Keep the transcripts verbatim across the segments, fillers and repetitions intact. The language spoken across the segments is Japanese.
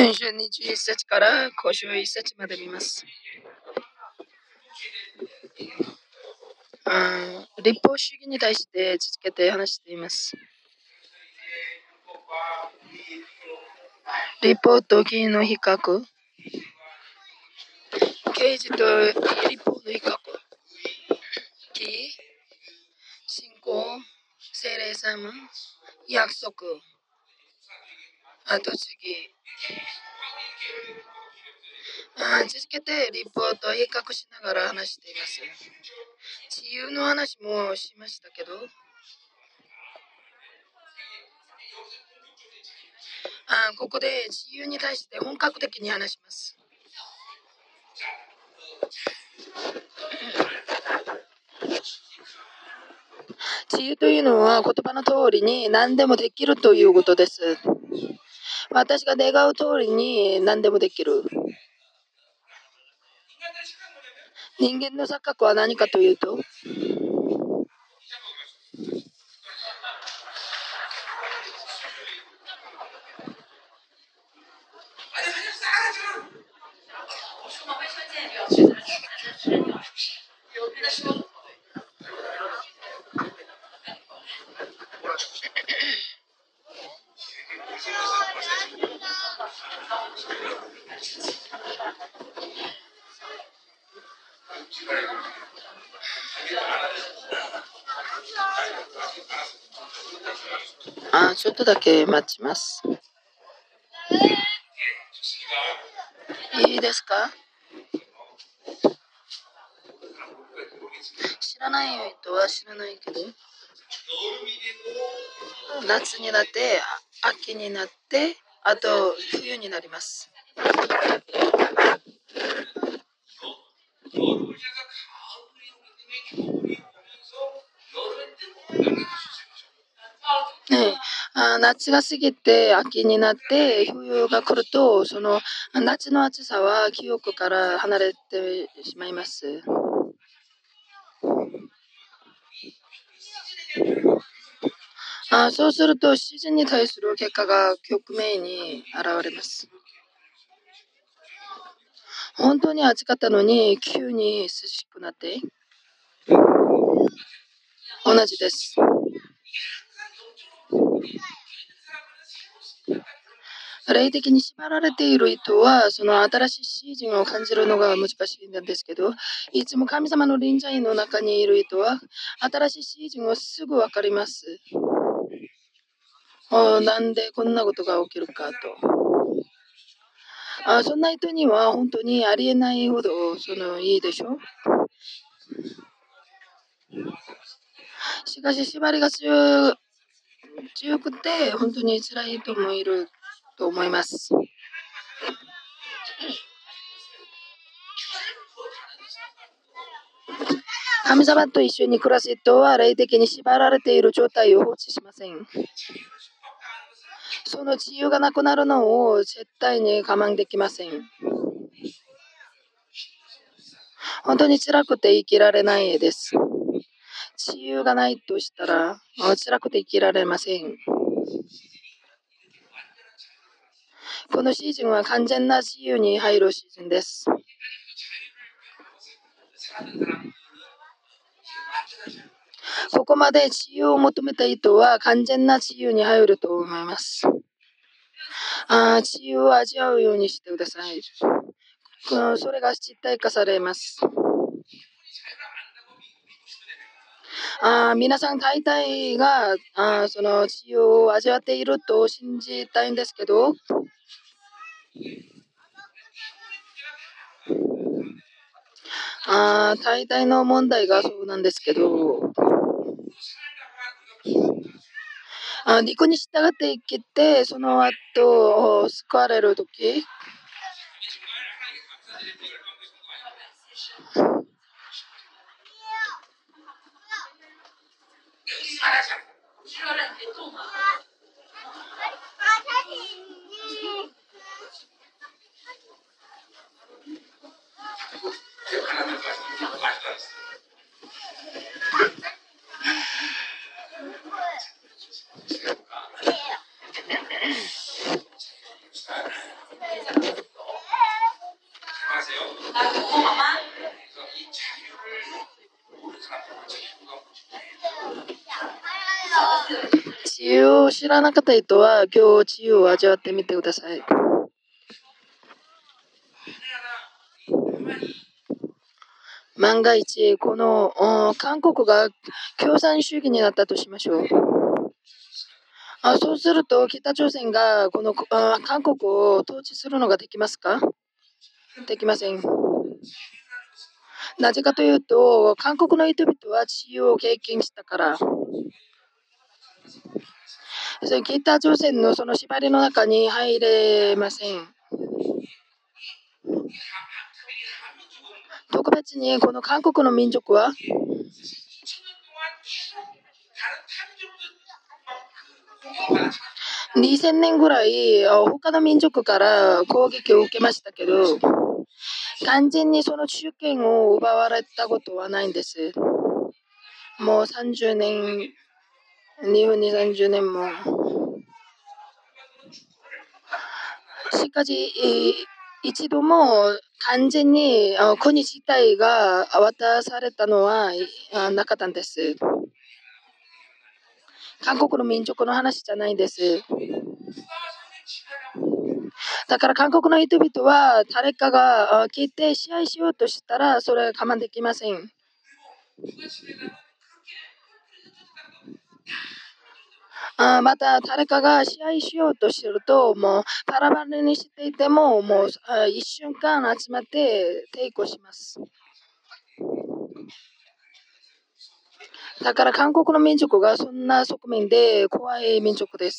よん章にじゅういち節からご章いち節まで見ます。あ立法主義に対して続けて話しています。立法と義の比較、啓示と立法の比較、義、信仰、聖霊様、約束、あと次、あ続けて立法と比較しながら話しています。自由の話もしましたけど、あここで自由に対して本格的に話します。自由というのは言葉の通りに何でもできるということです。私が願う通りに何でもできる。人間の錯覚は何かというと、あちょっとだけ待ちます。いいですか？知らない人は知らないけど、夏になって秋になってあと冬になります。ね、あ夏が過ぎて秋になって冬が来ると、その夏の暑さは記憶から離れてしまいます。あそうするとシーズンに対する結果が局面に現れます。本当に暑かったのに急に涼しくなって同じです。霊的に縛られている人はその新しいシーズンを感じるのが難しいんですけど、いつも神様の臨在の中にいる人は新しいシーズンをすぐ分かります。なんでこんなことが起きるかと。あそんな人には本当にありえないほどそのいいでしょ。しかし縛りが強強くて本当に辛い人もいると思います。神様と一緒に暮らす人は霊的に縛られている状態を放置しません。その自由がなくなるのを絶対に我慢できません。本当に辛くて生きられないです。自由がないとしたら辛くて生きられません。このシーズンは完全な自由に入るシーズンです。ここまで自由を求めた人は完全な自由に入ると思います。あ自由を味わうようにしてください。それが実体化されます。あ皆さん大体があその自由を味わっていると信じたいんですけど、あ大体の問題がそうなんですけど、あ陸に従って生きてその後救われるとき、 知らなかった人は今日自由を味わってみてください。万が一、この韓国が共産主義になったとしましょう。あそうすると、北朝鮮がこのあ韓国を統治するのができますか？できません。なぜかというと、韓国の人々は自由を経験したから。それ北朝鮮のその縛りの中に入れません。特別にこの韓国の民族はにせんねんぐらい他の民族から攻撃を受けましたけど、完全にその主権を奪われたことはないんです。もうさんじゅうねん、にじゅうに、さんじゅうねんも。しかし、一度も完全に国自体が渡されたのはなかったんです。韓国の民族の話じゃないんです。だから韓国の人々は誰かが来て支配しようとしたらそれは我慢できません。あまた誰かが支配しようとするともうバラバラにしていてももう一瞬間集まって抵抗します。だから韓国の民族がそんな側面で怖い民族です。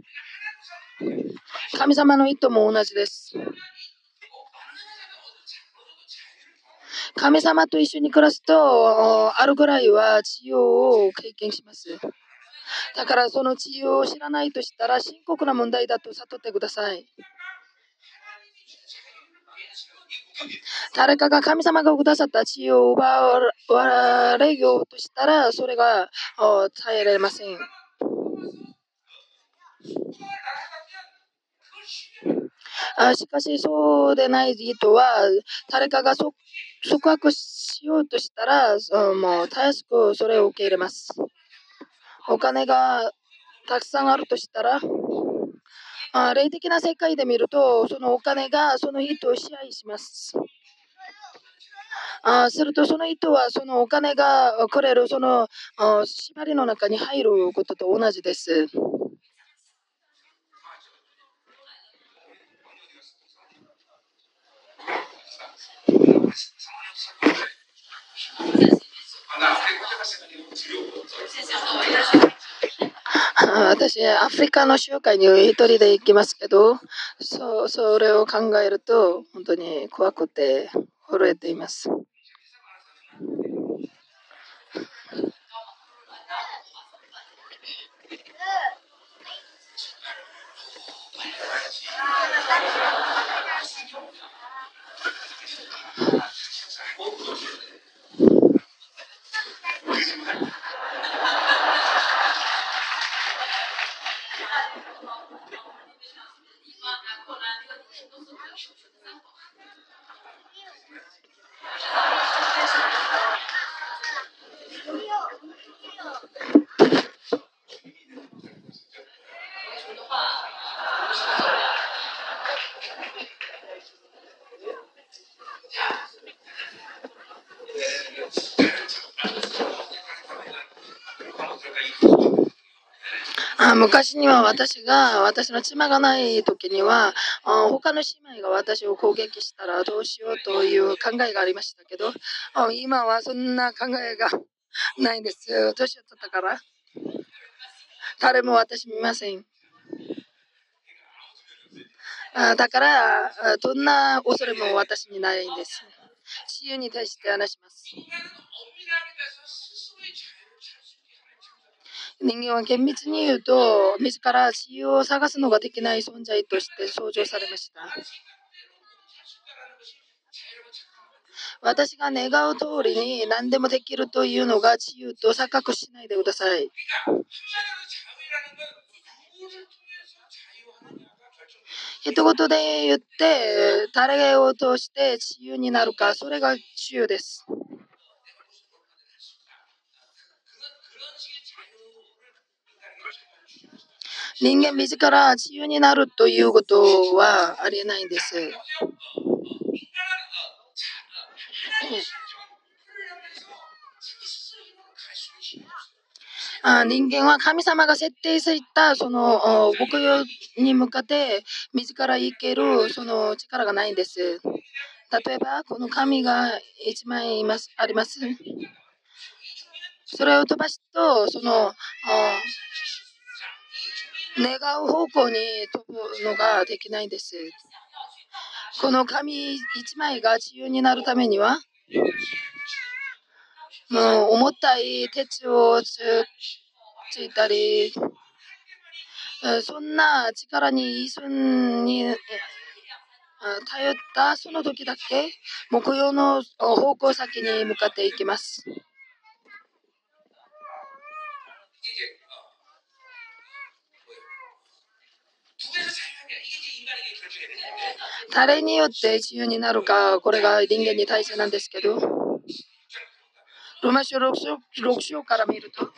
神様の意図も同じです。神様と一緒に暮らすとあるぐらいは自由を経験します。だからその自由を知らないとしたら深刻な問題だと悟ってください。誰かが神様がくださった自由を奪われようとしたらそれが耐えられません。あしかしそうでない人は誰かが束縛しようとしたらもうたやすくそれを受け入れます。お金がたくさんあるとしたらあ霊的な世界で見るとそのお金がその人を支配します。あするとその人はそのお金がくれるその縛りの中に入ることと同じです。私、アフリカの集会に一人で行きますけど、そそれを考えると本当に怖くて震えています。あ昔には私が私の妻がない時にはあ他の姉妹が私を攻撃したらどうしようという考えがありましたけどあ今はそんな考えがないんです。年を取ったから誰も私見ません。あだからあどんな恐れも私にないんです。自由に対して話します。人間は厳密に言うと自ら自由を探すのができない存在として創造されました。私が願う通りに何でもできるというのが自由と錯覚しないでください。一言で言って誰を通して自由になるか、それが自由です。 人間自ら自由になるということはありえないんです。あ人間は神様が設定されたその牧羊に向かって自ら生けるその力がないんです。例えばこの紙が一枚いますあります。それを飛ばすとその願う方向に飛ぶのができないんです。この紙一枚が自由になるためにはもう重たい鉄をつついたりそんな力に依存に頼ったその時だけ目標の方向先に向かっていきます。誰によって自由になるか、これが人間に大切なんですけど、ローマ書ろく章、ろく章から見ると、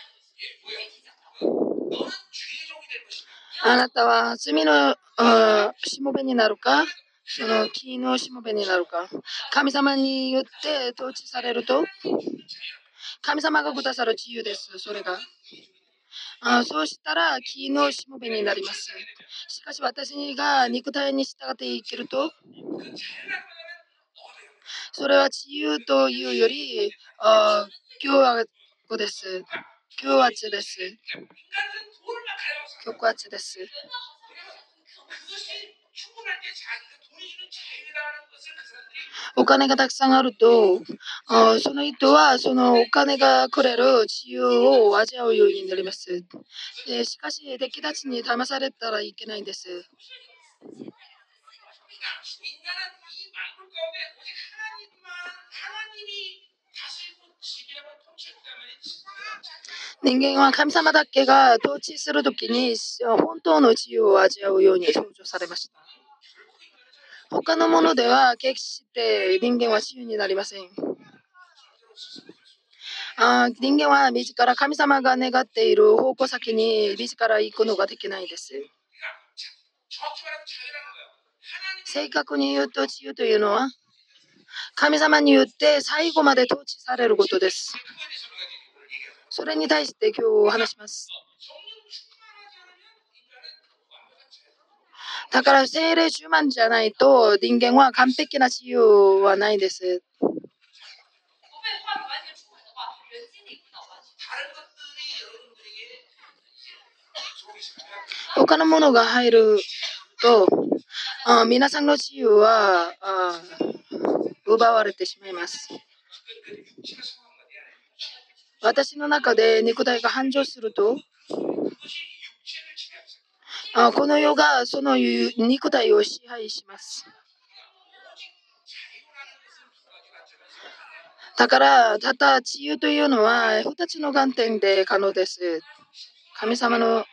あなたは罪のしもべになるか、その木のしもべになるか、神様によって統治されると、神様がくださる自由です、それが。あそうしたら木のしもべになります。しかし私が肉体に従って生きると、それは自由というより、あ強圧です。強圧です。強圧です。お金がたくさんあると、あその人はそのお金がくれる自由を味わうようになります。でしかし、敵たちに騙されたらいけないんです。人間は神様だけが統治するときに本当の自由を味わうように創造されました。他のものでは決して人間は自由になりません。あ人間は自ら神様が願っている方向先に自ら行くのができないです。正確に言うと自由というのは神様によって最後まで統治されることです。それに対して今日お話します。だから聖霊充満じゃないと人間は完璧な自由はないです。他のものが入るとあ皆さんの自由はあ奪われてしまいます。私の中で肉体が繁盛するとあこの世がその肉体を支配します。だからただ自由というのはふたつの観点で可能です。神様の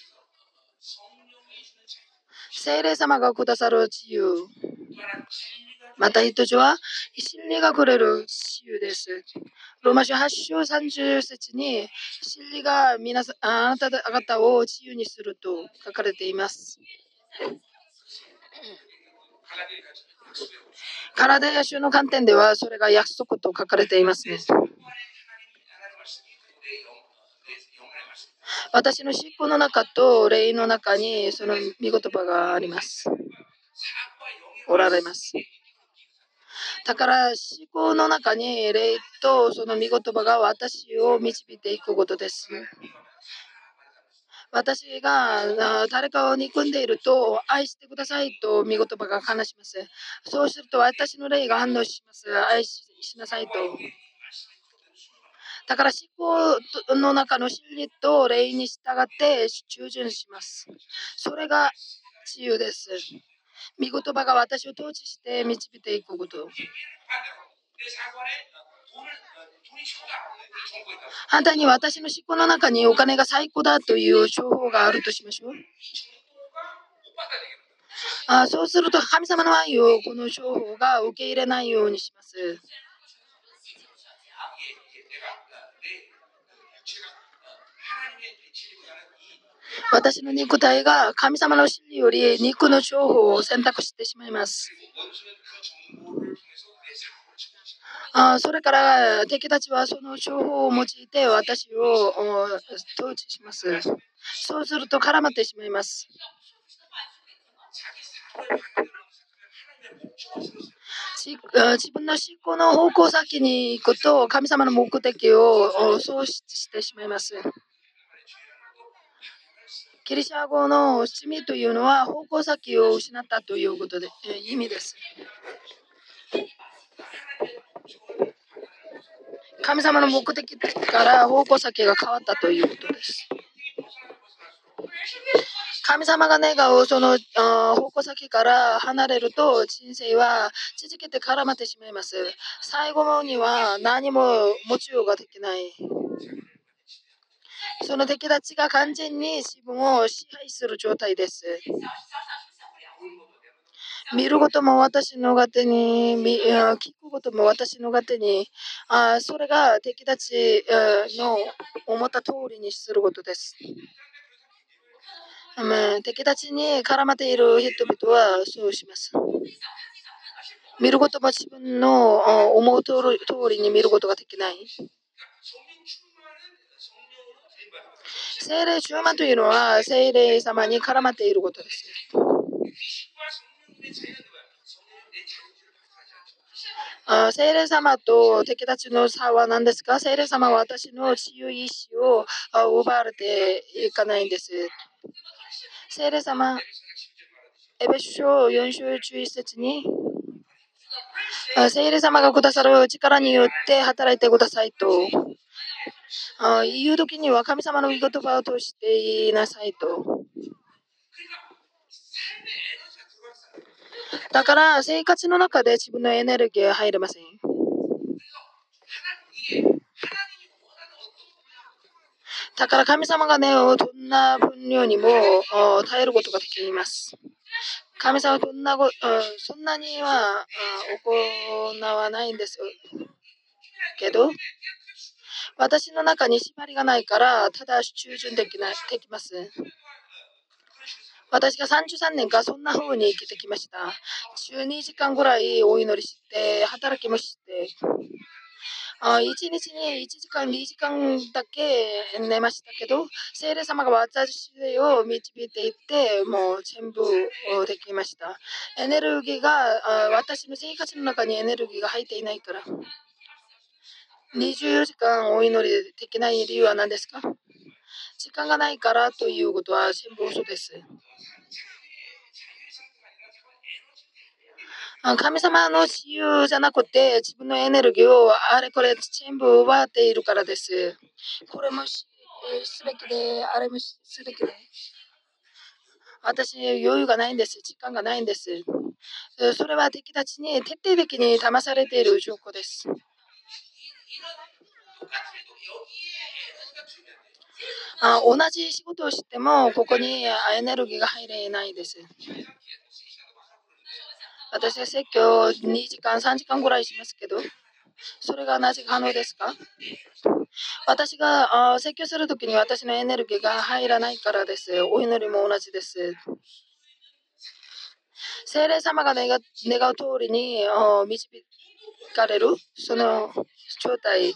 聖霊様がくださる自由、また一つは真理がくれる自由です。ローマ書はち章さんじゅう節に真理が皆さんあなた方を自由にすると書かれています。体や種の観点ではそれが約束と書かれていますね。私の思考の中と霊の中にその御言葉があります。おられます。だから思考の中に霊とその御言葉が私を導いていくことです。私が誰かを憎んでいると愛してくださいと御言葉が話します。そうすると私の霊が反応します。愛しなさいと。だから思考の中の真理と霊に従って従順します。それが自由です。御言葉が私を統治して導いていくこと。反対に私の思考の中にお金が最高だという情報があるとしましょう。あそうすると神様の愛をこの情報が受け入れないようにします。 私の肉体が神様の真理より肉の情報を選択してしまいます。あそれから敵たちはその情報を用いて私を統治します。そうすると絡まってしまいます。自分の信仰の方向先に行くと神様の目的を喪失してしまいます。ギリシャ語の罪というのは方向先を失ったということで、え意味です。神様の目的から方向先が変わったということです。神様が願うその方向先から離れると人生は続けて絡まってしまいます。最後には何も持ちようができない。その敵たちが完全に自分を支配する状態です。見ることも私のが手に、聞くことも私のが手に、あそれが敵たちの思った通りにすることです。敵たちに絡まっている人々はそうします。見ることも自分の思う通りに見ることができない。聖霊充満というのは聖霊様に絡まっていることです。あ聖霊様と敵たちの差は何ですか？聖霊様は私の自由意志を奪われていかないんです。聖霊様、エベソ書よん章じゅういち節に聖霊様がくださる力によって働いてくださいと言うときには神様の御言葉を通して言いなさいと。だから生活の中で自分のエネルギーが入れません。だから神様がね、どんな分量にも耐えることができます。神様はどんなごそんなには行わないんですけど、私の中に縛りがないからただ従順できないできます。私がさんじゅうさんねんかんそんな風に生きてきました。じゅうにじかんぐらいお祈りして働きもしていちにちにいちじかんにじかんだけ寝ましたけど、聖霊様が私を導いていってもう全部できました。エネルギーが私の生活の中にエネルギーが入っていないから。にじゅうよじかんお祈りできない理由は何ですか？時間がないからということは全部嘘です。神様の自由じゃなくて自分のエネルギーをあれこれ全部奪っているからです。これもすべきであれもすべきで私余裕がないんです。時間がないんです。それは敵たちに徹底的に騙されている状況です。あ同じ仕事をしてもここにエネルギーが入れないです。私は説教にじかんさんじかんぐらいしますけど、それがなぜ可能ですか？私が説教するときに私のエネルギーが入らないからです。お祈りも同じです。聖霊様が願う通りに導かれるその状態、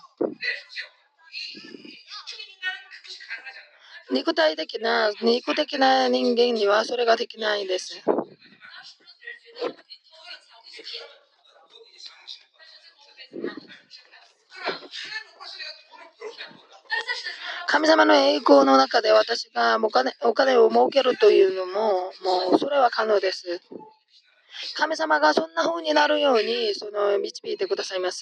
肉体的な肉的な人間にはそれができないです。神様の栄光の中で私がお金、お金を儲けるというのももうそれは可能です。神様がそんな風になるようにその導いてくださいます。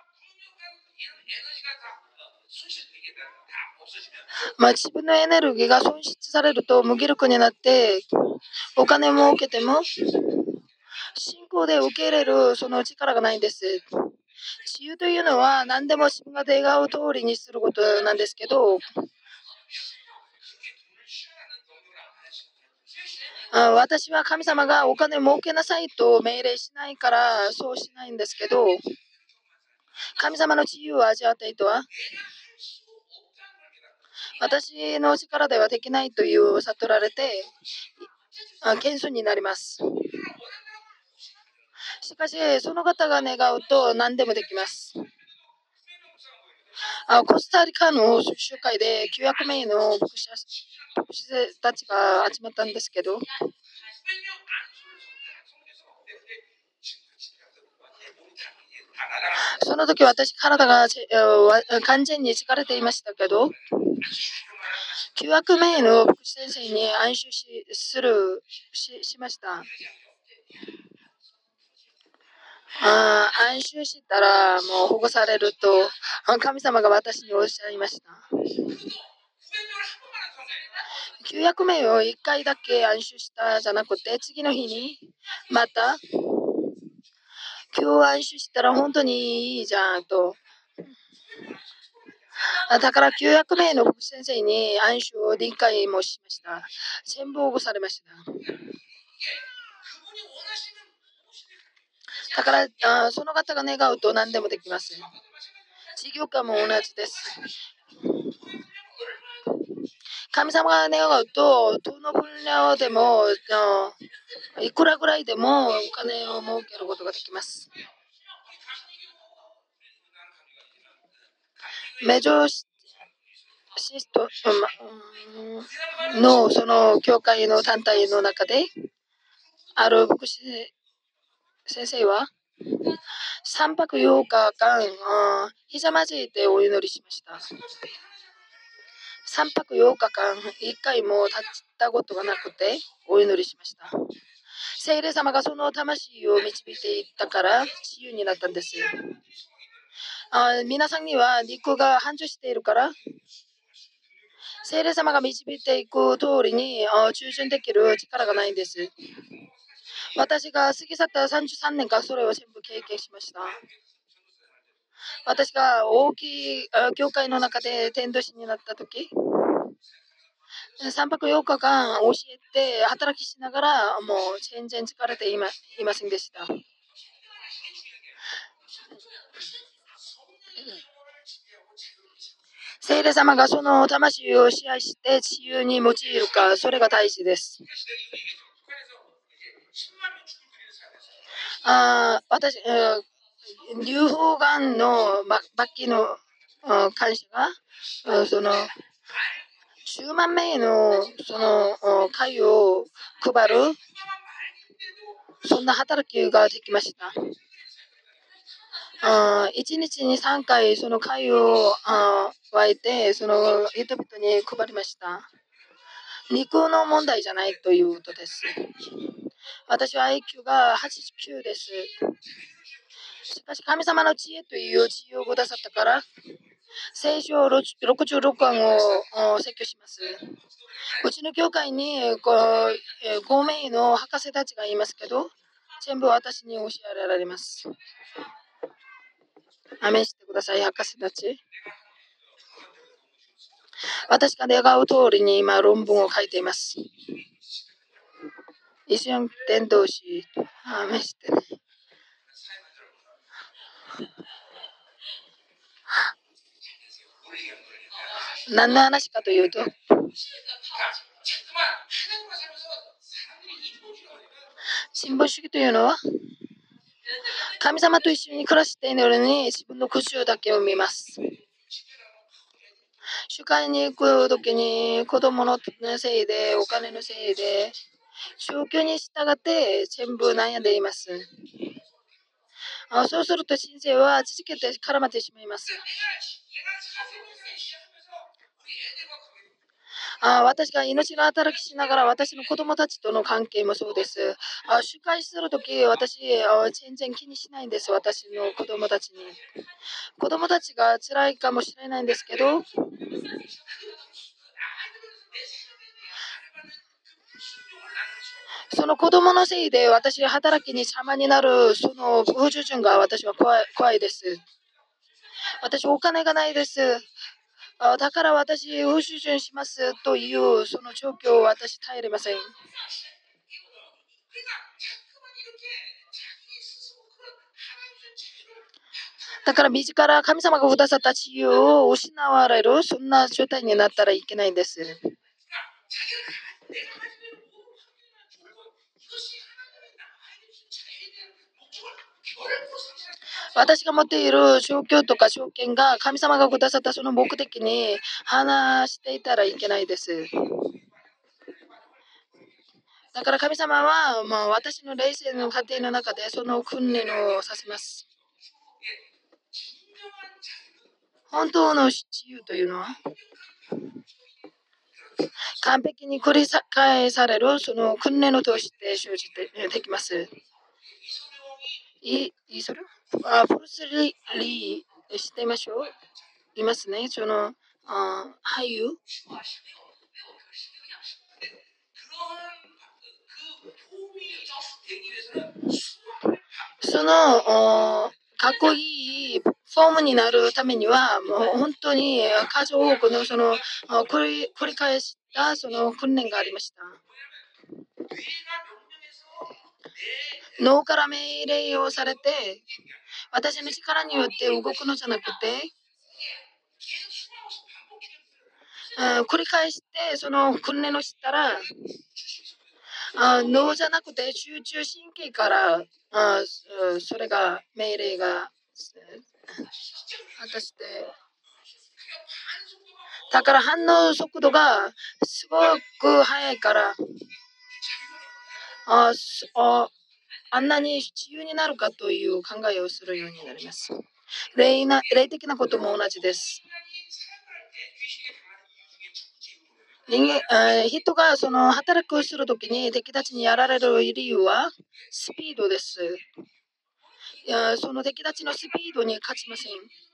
まあ、自分のエネルギーが損失されると無気力になってお金を儲けても信仰で受け入れるその力がないんです。自由というのは何でも自分が願う通りにすることなんですけど、あ私は神様がお金を儲けなさいと命令しないからそうしないんですけど、神様の自由を味わった人は私の力ではできないという悟られて、謙遜になります。しかし、その方が願うと何でもできます。あコスタリカの集会できゅうひゃくめいの牧師牧師たちが集まったんですけど、その時私、体が完全に疲れていましたけど、きゅうひゃくめいの牧師先生に安心しする し, しました。あ安心したらもう保護されると神様が私におっしゃいました。きゅうひゃくめいをいっかいだけ安心したじゃなくて、次の日にまた今日安心したら本当にいいじゃんと。だからきゅうひゃくめいの牧師先生に安心を理解もしました。全部保護されました。だからあその方が願うと何でもできます。事業家も同じです。神様が願うと、どの分量でも、いくらぐらいでもお金を儲けることができます。メジョーシストのその教会の団体の中で、ある牧師先生はさんぱくようかかんひざまずいてお祈りしました。さんぱくようかかんいっかいも立ったことがなくてお祈りしました。聖霊様がその魂を導いていったから自由になったんです。あ皆さんには肉が繁盛しているから聖霊様が導いていく通りに従順できる力がないんです。私が過ぎ去ったさんじゅうさんねんかんそれを全部経験しました。私が大きい教会の中で伝道師になった時、さんぱくようかかん教えて働きしながらもう全然疲れていま、いませんでした。聖霊様がその魂を支配して自由に用いるか、それが大事です。あ私、流胞がんの末期の感謝がそのじゅうまんめいのその会を配るそんな働きができました。あいちにちにさんかいその会をあ湧いてその人々に配りました。肉の問題じゃないということです。私は アイキュー がはちじゅうきゅうです。しかし神様の知恵という知恵をくださったから聖書ろくじゅうろくかんを説教します。うちの教会にごめいの博士たちがいますけど全部私に教えられます。アメンしてください、博士たち。私が願う通りに今論文を書いています。一緒に伝道師、アメンしてね。何の話かというと、新聞主義というのは神様と一緒に暮らしているのに自分の苦習だけを見ます。集会に行くときに子供のせいでお金のせいで宗教に従って全部悩んでいます。あそうすると人生は続けて絡まってしまいます。あ私が命の働きしながら私の子供たちとの関係もそうです。あ集会するとき私あ全然気にしないんです。私の子供たちに子供たちが辛いかもしれないんですけどその子供のせいで私が働きに邪魔になるその不従順が私は怖い、怖いです。私お金がないです。だから私不従順しますというその状況を私耐えれません。 だから自ら神様がくださった自由を失われる、そんな状態になったらいけないんです。私が持っている状況とか条件が神様がくださったその目的に話していたらいけないです。だから神様は、まあ、私の霊性の過程の中でその訓練をさせます。本当の自由というのは完璧に繰り返されるその訓練を通して生じてできます。いいそれあブルース・リーしてみましょう。いますね。そのあ俳優。そのかっこいいフォームになるためにはもう本当に数多くのその繰り繰り返したその訓練がありました。脳から命令をされて私の力によって動くのじゃなくて、あ繰り返してその訓練をしたらあ脳じゃなくて集中神経からあそれが命令が果たしてだから反応速度がすごく速いからあああんなに自由になるかという考えをするようになります。霊な霊的なことも同じです。人間人がその働くするときに敵たちにやられる理由はスピードです。いやその敵たちのスピードに勝ちません。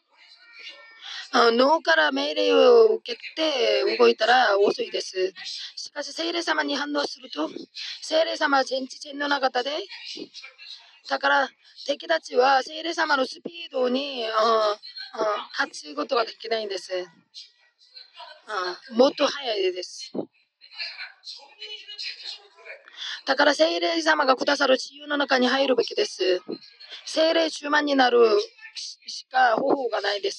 脳から命令を受けて動いたら遅いです。しかし、聖霊様に反応すると、聖霊様は全知全能な方で、だから敵たちは聖霊様のスピードにああ勝つことができないんです。あもっと速いです。だから聖霊様がくださる自由の中に入るべきです。聖霊充満になるしか方法がないです。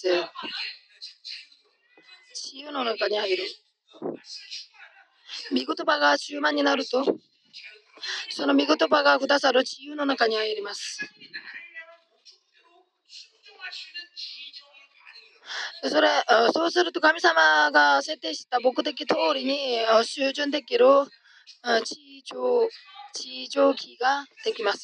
自由の中に入る。御言葉が充満になると、その御言葉がくださる自由の中に入ります。それそうすると神様が設定した目的通りに集中できる地上地上機ができます。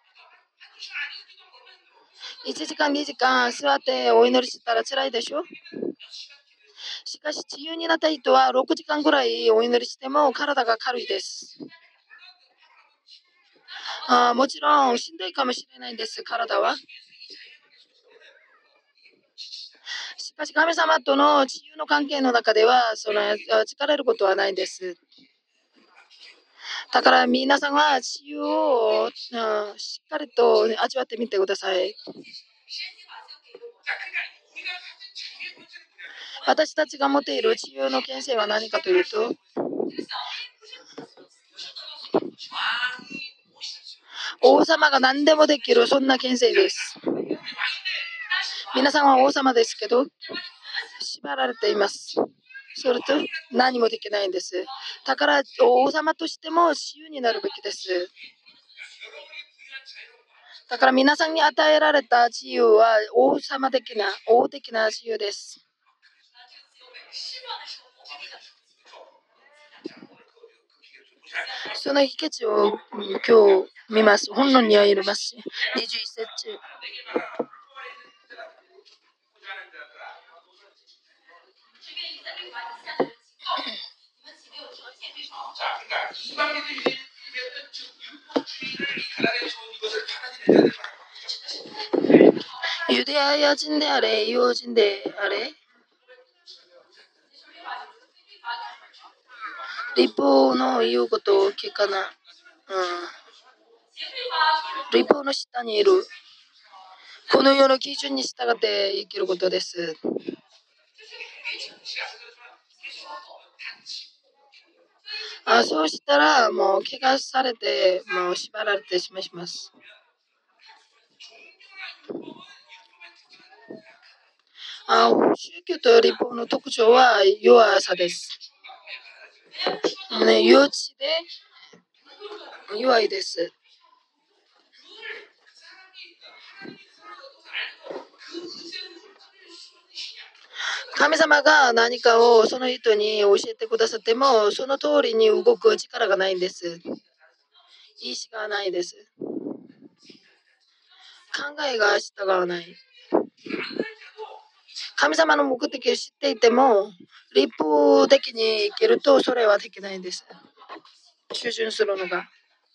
いちじかんにじかん座ってお祈りしたら辛いでしょ。しかし自由になった人はろくじかんぐらいお祈りしても体が軽いです。あもちろんしんどいかもしれないんです、体は。しかし神様との自由の関係の中ではその疲れることはないんです。だから皆さんは自由をしっかりと味わってみてください。私たちが持っている自由の権勢は何かというと、王様が何でもできる、そんな権勢です。皆さんは王様ですけど縛られています。それと何もできないんです。だから王様としても自由になるべきです。だから皆さんに与えられた自由は王様的な王的な自由です。その秘訣を今日見ます。本論には入れます。にじゅういっ節。ユダヤ人であれ、ユダヤ人であれ、立法の言うことを聞かな、うん、立法の下にいる、この世の基準に従って生きることです。あそうしたらもう怪我されてもう縛られてしまいます。 あ宗教と立法の特徴は弱さです。ね、幼稚で弱いです。神様が何かをその人に教えてくださっても、その通りに動く力がないんです。意志がないです。考えが従わない。神様の目的を知っていても、立法的に生きるとそれはできないんです。従順するのが。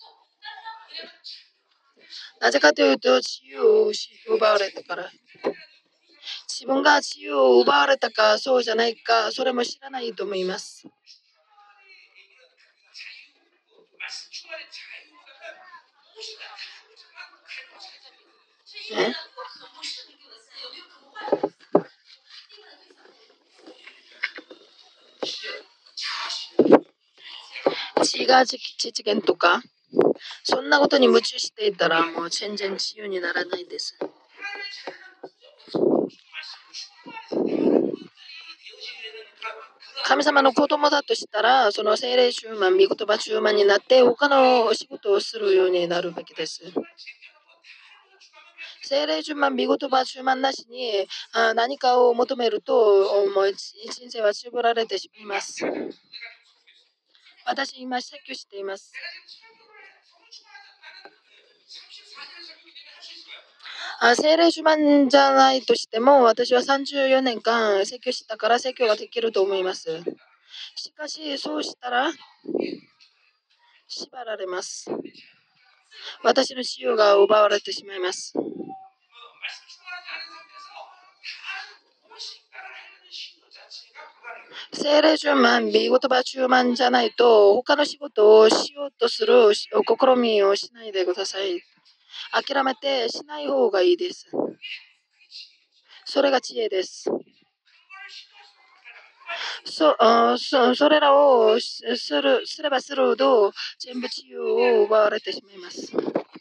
なぜかというと、自由を奪われたから。自分が自由を奪われたか、そうじゃないか、それも知らないと思います。ね、自我実現とか、そんなことに夢中していたら、もう全然自由にならないです。神様の子供だとしたら、その精霊充満、御言葉充満になって、他の仕事をするようになるべきです。精霊充満、御言葉充満なしにあ何かを求めると、もう人生は絞られてしまいます。私、今、説教しています。あ精霊充満じゃないとしても、私はさんじゅうよねんかん説教したから説教ができると思います。しかし、そうしたら、縛られます。私の自由が奪われてしまいます。精霊充満、御言葉充満じゃないと、他の仕事をしようとする試みをしないでください。諦めてしない方がいいです。それが知恵です。そあそそれらをするすればするほど全部自由を奪われてしまいます。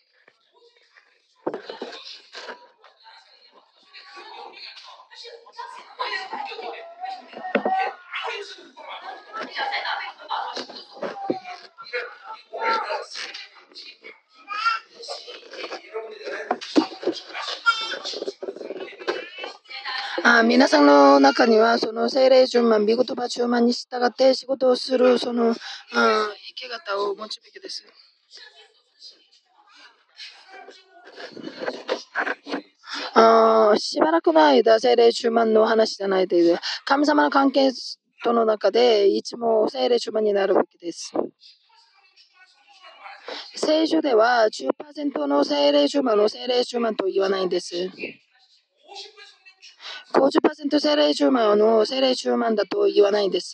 あ皆さんの中にはその精霊順番、見言葉順番に従って仕事をするそのあ生き方を持つべきです。あしばらくの間、精霊充満の話じゃないで、神様の関係との中でいつも精霊充満になるべきです。聖書ではじゅっパーセントの精霊充満の精霊充満と言わないんです。ごじゅっパーセント精霊充満の精霊充満だと言わないんです。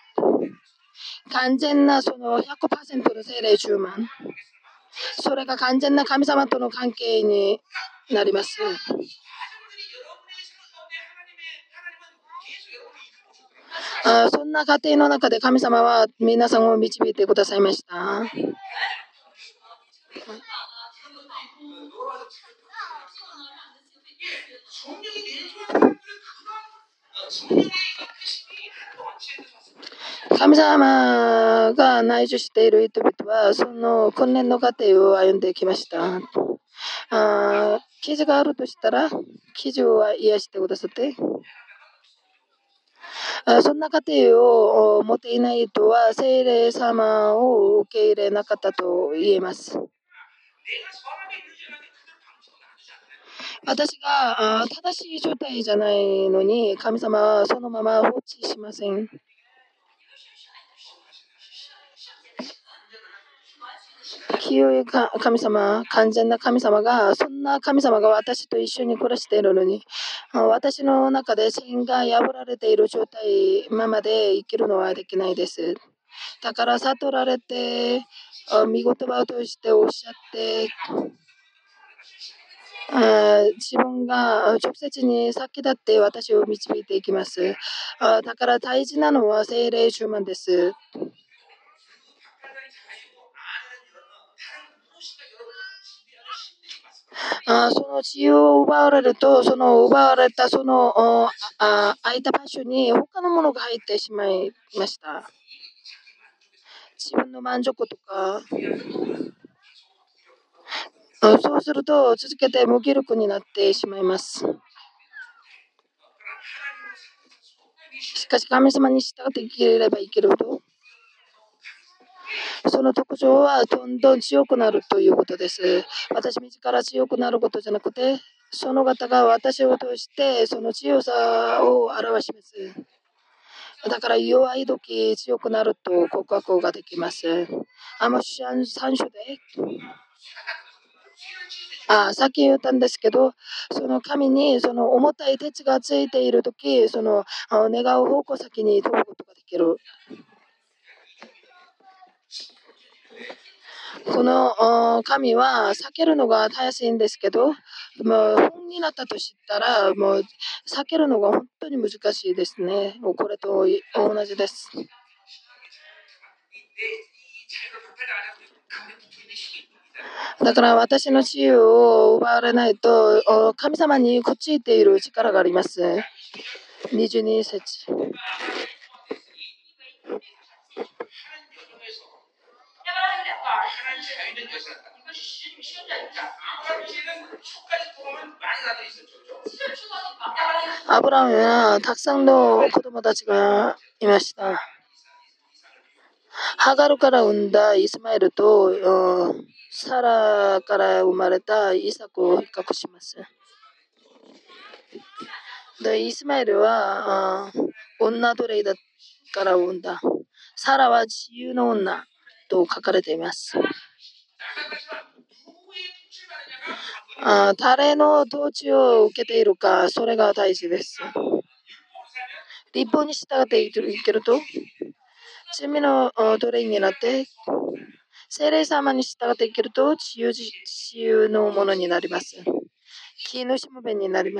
完全なそのひゃくパーセントの精霊充満。それが完全な神様との関係になります。あそんな過程の中で神様は皆さんを導いてくださいました。神様が内住している人々はその訓練の過程を歩んできました。あ傷があるとしたら傷を癒してくださってあそんな過程を持っていない人は聖霊様を受け入れなかったと言えます。私があ正しい状態じゃないのに神様はそのまま放置しません。清い神様、完全な神様が、そんな神様が私と一緒に暮らしているのに、私の中で線が破られている状態ままで生きるのはできないです。だから悟られて、見言葉を通しておっしゃって、自分が直接に先立って私を導いていきます。だから大事なのは聖霊充満です。 あその自由を奪われると、その奪われたそのああ空いた場所に他のものが入ってしまいました。自分の満足とか、あそうすると続けて無気力になってしまいます。しかし神様に従って生きれば生きるほど、その特徴はどんどん強くなるということです。私自ら強くなることじゃなくて、その方が私を通してその強さを表します。だから弱い時強くなると告白ができます。あ、もし三種で、あ、さっき言ったんですけど、その神にその重たい鉄がついている時、そのあ願う方向先に飛ぶことができる。この神は避けるのがたやすいんですけど、もう本になったと知ったら、もう避けるのが本当に難しいですね。もうこれと同じです。だから私の自由を奪われないと、神様にくっついている力があります。にじゅうに節。アブラムはたくさんの子供たちがいました。ハガルから産んだイスマエルとサラから生まれたイサクを比較します。でイスマエルは女奴隷だから産んだ。サラは自由の女と書かれています。あ誰の統治を受けているか、それが大事です。立法に従っていけると、罪の奴隷になって、聖霊様に従っていけると、自由自由のものになります。気のしもべになります。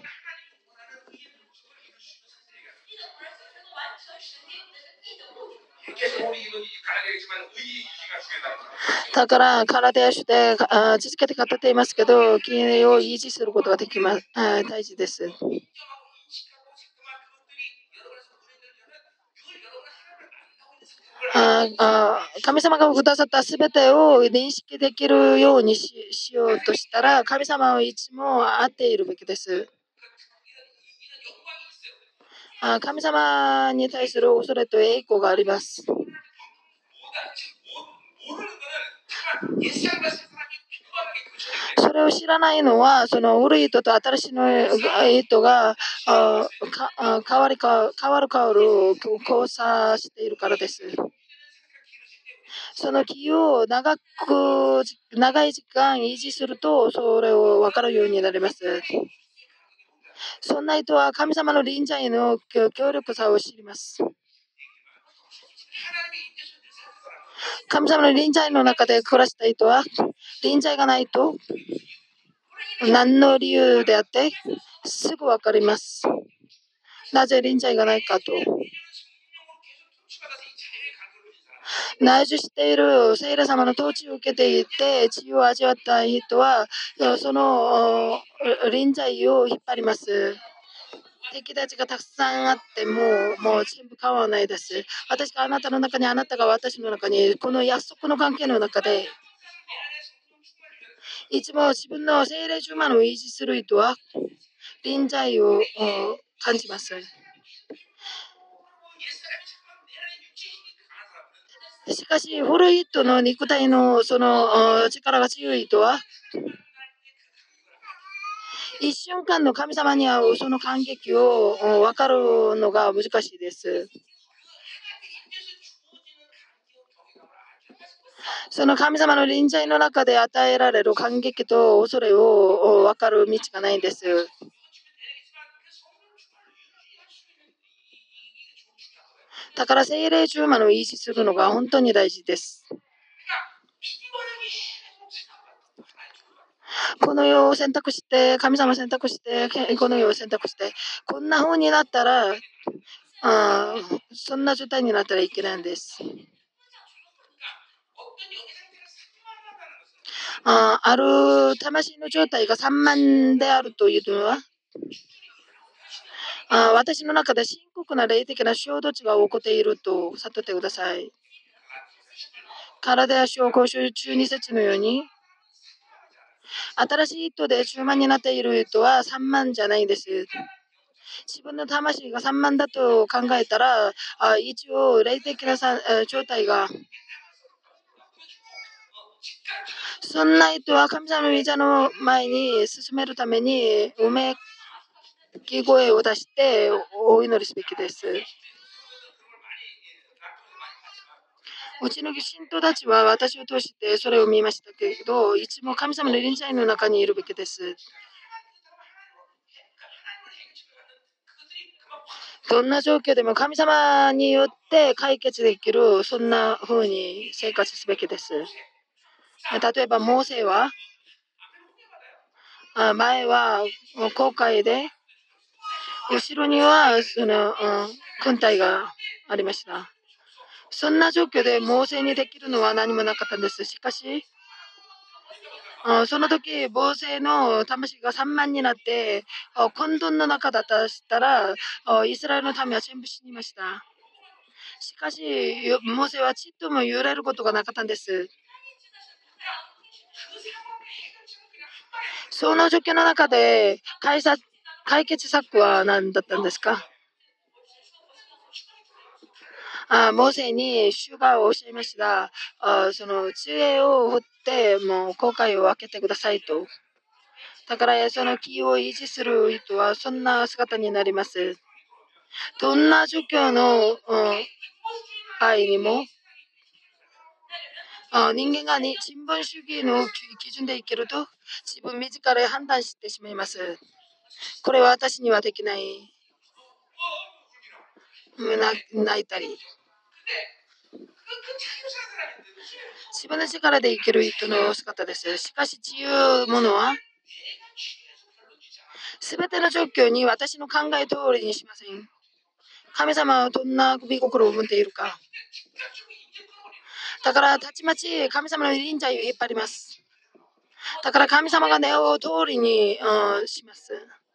だから体や主で続けて語っていますけど、気を維持することができます。大事です。ああ神様がくださったすべてを認識できるように し, しようとしたら、神様はいつも会っているべきです。あ神様に対する恐れと栄光があります。それを知らないのは、その古い糸と新しい糸があか変わりか変わる変わる交差しているからです。その木を長く長い時間維持すると、それを分かるようになります。そんな人は神様の臨在の強力さを知ります。神様の臨在の中で暮らした人は、臨在がないと何の理由であってすぐ分かります。なぜ臨在がないかと。内住している聖霊様の統治を受けていて自由を味わった人は、その臨在を引っ張ります。敵たちがたくさんあっても、もう全部変わらないです。私があなたの中に、あなたが私の中に、この約束の関係の中で、いつも自分の聖霊充満を維持する人は、臨在を感じます。しかし、古い人の肉体のその力が強い人は、一瞬間の神様に会うその感激を分かるのが難しいです。その神様の臨在の中で与えられる感激と恐れを分かる道がないんです。だから聖霊充満を維持するのが本当に大事です。この世を選択して、神様を選択して、この世を選択して、こんな風になったら、あそんな状態になったらいけないんです。 ある魂の状態がさんまんであるというのは、あ私の中で深刻な霊的な衝突が起こっていると悟ってください。体や小公衆中二節のように、新しい人でじゅうまんになっている人はさんまんじゃないんです。自分の魂がさんまんだと考えたら、あ一応霊的なさ状態が、そんな人は神様の御座の前に進めるためにうめき声を出してお祈りすべきです。うちの信徒たちは私を通してそれを見ましたけど、いつも神様の臨在の中にいるべきです。どんな状況でも神様によって解決できる、そんな風に生活すべきです。例えば、モーセは、前は航海で、後ろにはその、うん、軍隊がありました。そんな状況でモーセにできるのは何もなかったんです。しかし、その時、モーセの魂がさんまんになって、混沌の中だったしたら、イスラエルの民は全部死にました。しかし、モーセはちっとも揺れることがなかったんです。その状況の中で解決解決策は何だったんですか？あモーセに主がおっしゃいました。あその杖を振ってもう航海を分けてくださいと。だからその木を維持する人はそんな姿になります。どんな状況の、うん、場合にもあ人間がに新聞主義の基準で生きると自分自ら判断してしまいます。これは私にはできない。泣いたり。自分の力で生きる人の姿です。しかし自由ものはすべての状況に私の考え通りにしません。神様はどんな首心を持っているか。だからたちまち神様の臨在を引っ張ります。だから神様が願う通りに、うん、します。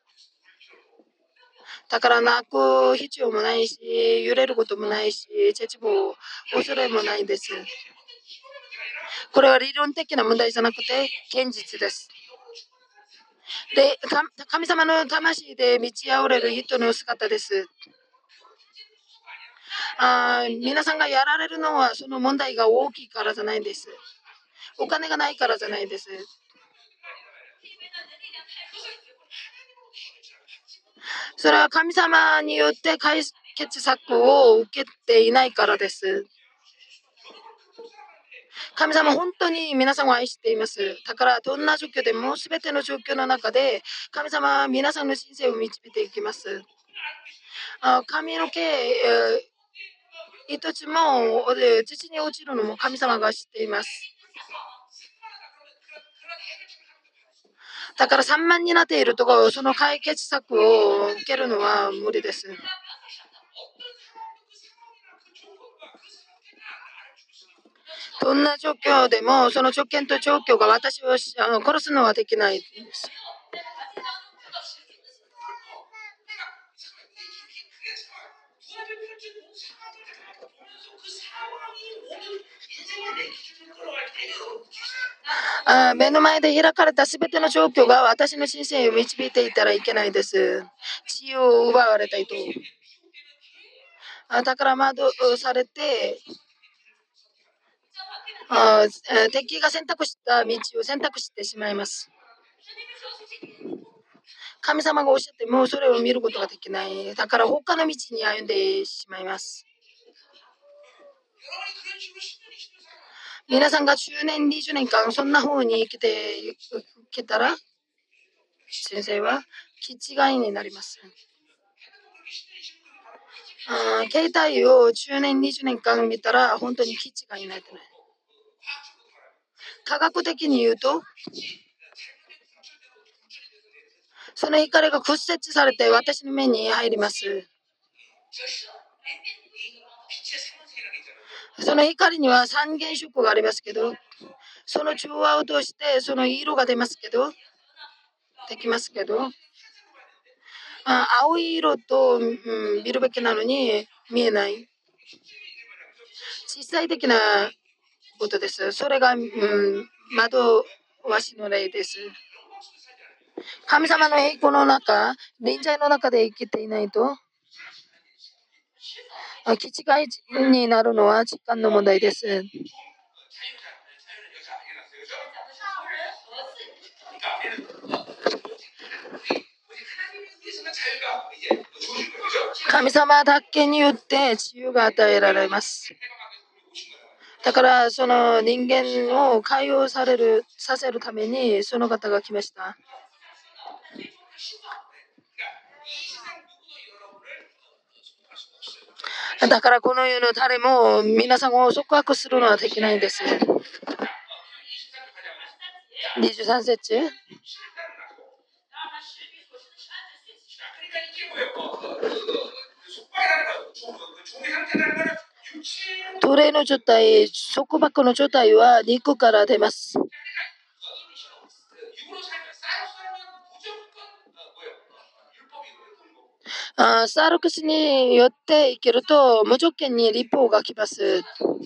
だから泣く必要もないし、揺れることもないし、絶望、恐れもないです。これは理論的な問題じゃなくて現実です。で、神様の魂で満ち溢れる人の姿です。あ皆さんがやられるのはその問題が大きいからじゃないんです。お金がないからじゃないです。それは神様によって解決策を受けていないからです。神様本当に皆さんを愛しています。だからどんな状況でも全ての状況の中で神様は皆さんの人生を導いていきます。あ髪の毛、えー、一つも土に落ちるのも神様が知っています。だからさんまんになっているところ、その解決策を受けるのは無理です。どんな状況でも、その条件と状況が私をあの殺すのはできないです。あ目の前で開かれたすべての状況が私の人生を導いていたらいけないです。自由を奪われた人。あだから窓されて、あ敵が選択した道を選択してしまいます。神様がおっしゃってもそれを見ることができない。だから他の道に歩んでしまいます。皆さんがじゅうねん、にじゅうねんかんそんな風に生きていけたら、先生は気違いになります。あ携帯をじゅうねん、にじゅうねんかん見たら本当に気違いになってない。科学的に言うと、その光が屈折されて私の目に入ります。その光には三原色がありますけど、 その中和を通してその色が出ますけど、できますけど、あ青い色と、うん、見るべきなのに見えない。実際的なことです。それが、うん、窓わしの例です。神様の栄光の中、臨在の中で生きていないと、気違いになるのは時間の問題です。神様だけによって自由が与えられます。だからその人間を解放されるさせるためにその方が来ました。だからこの世の誰も皆さんを束縛するのはできないんです。にじゅうさん節、奴隷の状態、束縛の状態は肉から出ます。あサルクスによって生きると無条件に立法が来ます。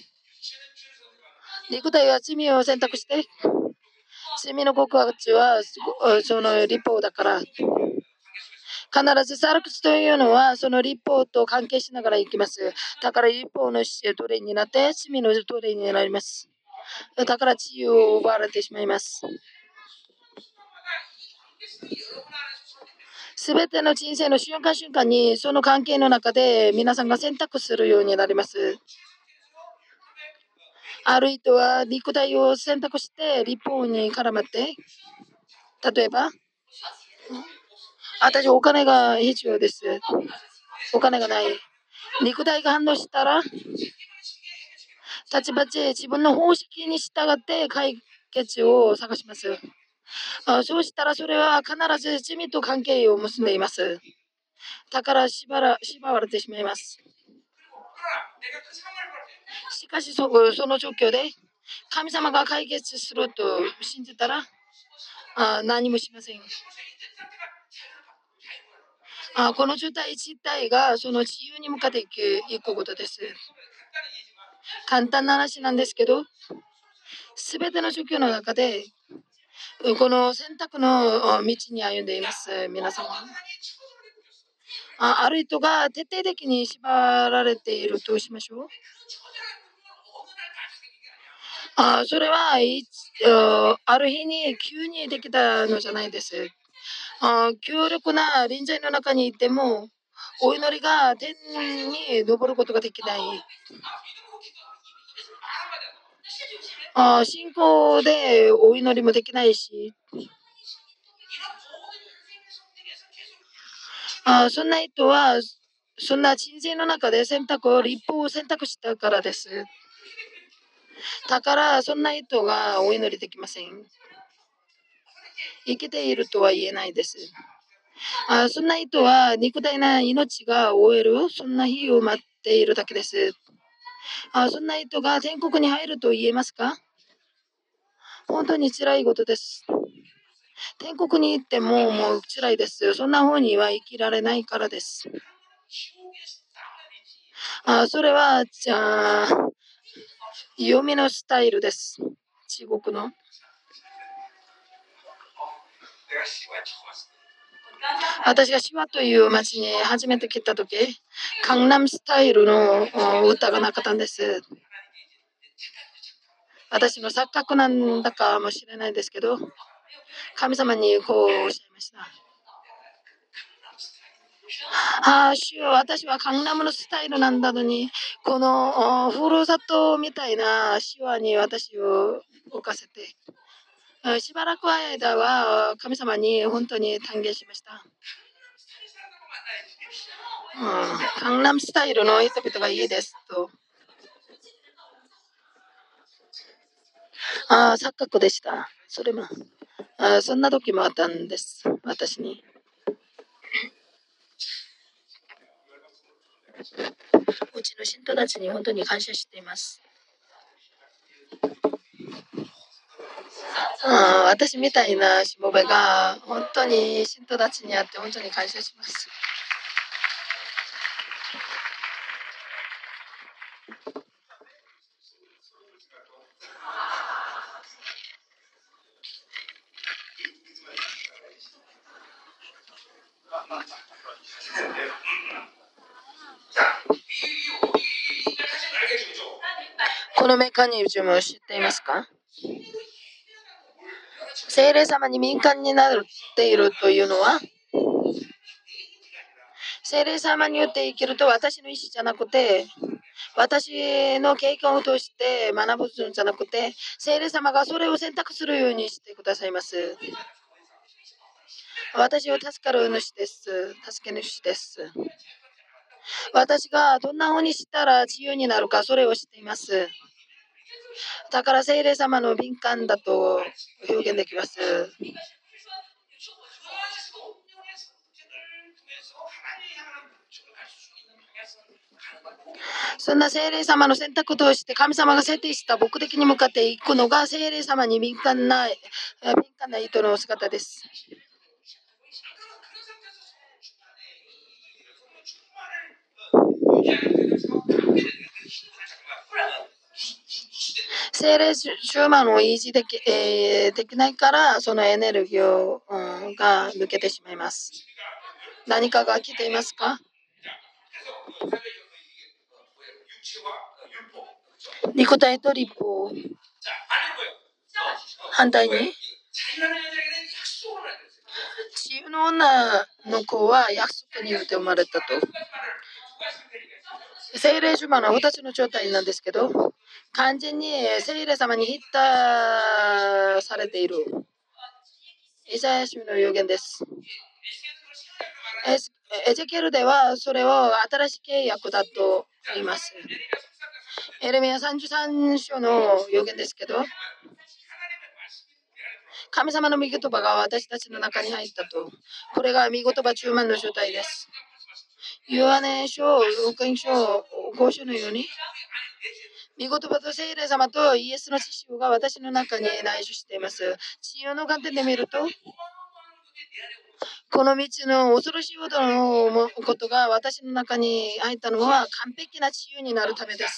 肉体は罪を選択して罪の告発はその立法だから、必ずサルクスというのはその立法と関係しながら生きます。だから立法の奴隷になって罪の奴隷になります。だから自由を奪われてしまいます。すべての人生の瞬間瞬間にその関係の中で皆さんが選択するようになります。ある人は肉体を選択して立法に絡まって、例えば私お金が必要です、お金がない、肉体が反応したら立場で自分の方式に従って解決を探します。あそうしたらそれは必ず罪と関係を結んでいます。だから縛ら縛られてしまいます。しかし そ, その状況で神様が解決すると信じたらあ何もしません。あこの状態自体がその自由に向かっていくいくことです。簡単な話なんですけど、すべての状況の中でこの選択の道に歩んでいます。皆様あある人が徹底的に縛られているとしましょう。あそれはいあある日に急にできたのじゃないです。あ強力な臨在の中にいてもお祈りが天に昇ることができない。あ信仰でお祈りもできないし、あそんな人はそんな人生の中で選択を立法を選択したからです。だからそんな人がお祈りできません。生きているとは言えないです。あそんな人は肉体な命が終えるそんな日を待っているだけです。あそんな人が天国に入ると言えますか？本当に辛いことです。天国に行ってももう辛いです。そんな方には生きられないからです。あそれはじゃあ読みのスタイルです。地獄の私がシワという町に初めて来た時、カンナムスタイルの歌がなかったんです。私の錯覚なんだかもしれないですけど、神様にこうおっしゃいました。ああ、主よ、私はカンナムのスタイルなんだのに、このふるさとみたいなシワに私を置かせて、しばらく間は神様に本当に歓迎しました。うん、カンナムスタイルの人々がいいですと。ああ、錯覚でした。それも、あそんな時もあったんです。私に。うちの信徒たちに本当に感謝しています。 あ私みたいなしもべが本当に信徒たちにあって本当に感謝します。このメカニズムを知っていますか？聖霊様に敏感になっているというのは、聖霊様によって生きると私の意思じゃなくて、私の経験を通して学ぶんじゃなくて、聖霊様がそれを選択するようにしてくださいます。私を助かる主です。助け主です。私がどんな風にしたら自由になるか、それを知っています。だから聖霊様の敏感だと表現できます。そんな聖霊様の選択として神様が設定した目的に向かっていくのが聖霊様に敏感な敏感な人の姿です。聖霊充満を維持でき、えー、できないからそのエネルギーを、うん、が抜けてしまいます。何かが来ていますか？肉体と立法反対に自由の女の子は約束によって生まれたと。聖霊充満のふたつの状態なんですけど、完全に聖霊様にヒッタされているイザヤ書の予言です。エゼキエルではそれを新しい契約だと言います。エレミヤさんじゅうさん章の予言ですけど、神様の御言葉が私たちの中に入ったと。これが御言葉充満の状態です。ヨハネ書、福音書、ご章のように、御言葉と聖霊様とイエスの知識が私の中に内住しています。治療の観点で見ると、この道の恐ろしいほどのことが私の中に入ったのは完璧な治癒になるためです。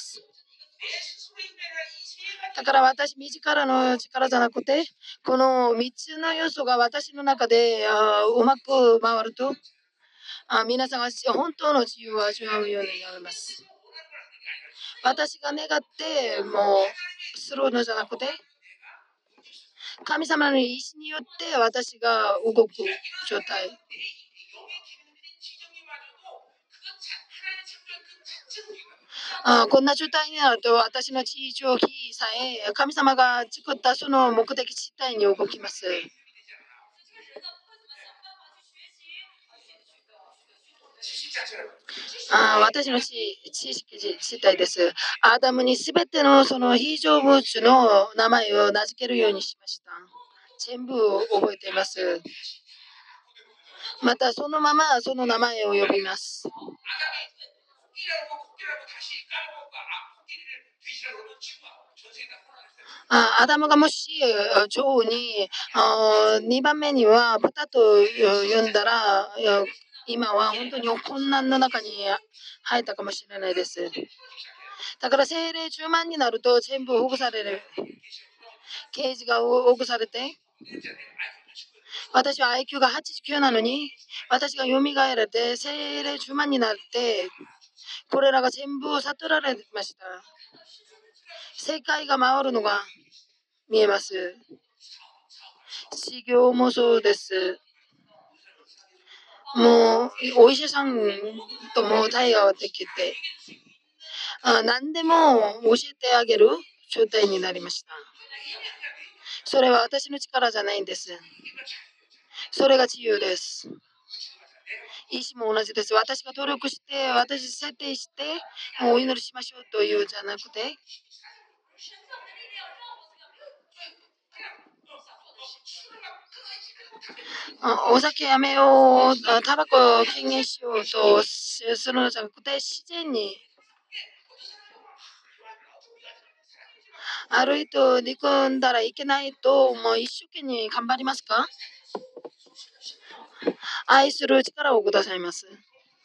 だから私自らの力じゃなくて、このみっつの要素が私の中でうまく回ると、あ皆さんが本当の自由を味わうようになります。私が願ってもうするのじゃなくて、神様の意志によって私が動く状態。あこんな状態になると私の地上記さえ神様が作ったその目的地帯に動きます。あ私の知識自体です。アダムにすべてのその非常物の名前を名付けるようにしました。全部覚えています。またそのままその名前を呼びます。あアダムがもし女王ににばんめには豚と呼んだら今は本当に困難の中に入ったかもしれないです。だから精霊じゅうまんになると全部保護される。ケージが保護されて、私は アイキュー がはちじゅうきゅうなのに、私が蘇れて精霊じゅうまんになって、これらが全部悟られました。世界が回るのが見えます。修行もそうです。もうお医者さんとも対話できて、あ何でも教えてあげる状態になりました。それは私の力じゃないんです。それが自由です。意思も同じです。私が努力して、私設定して、お祈りしましょうというじゃなくて、お酒やめよう、タバコを禁煙しようとするのじゃなくて、自然に悪いと憎んだらいけないと、もう一生懸命頑張りますか？愛する力をくださいます。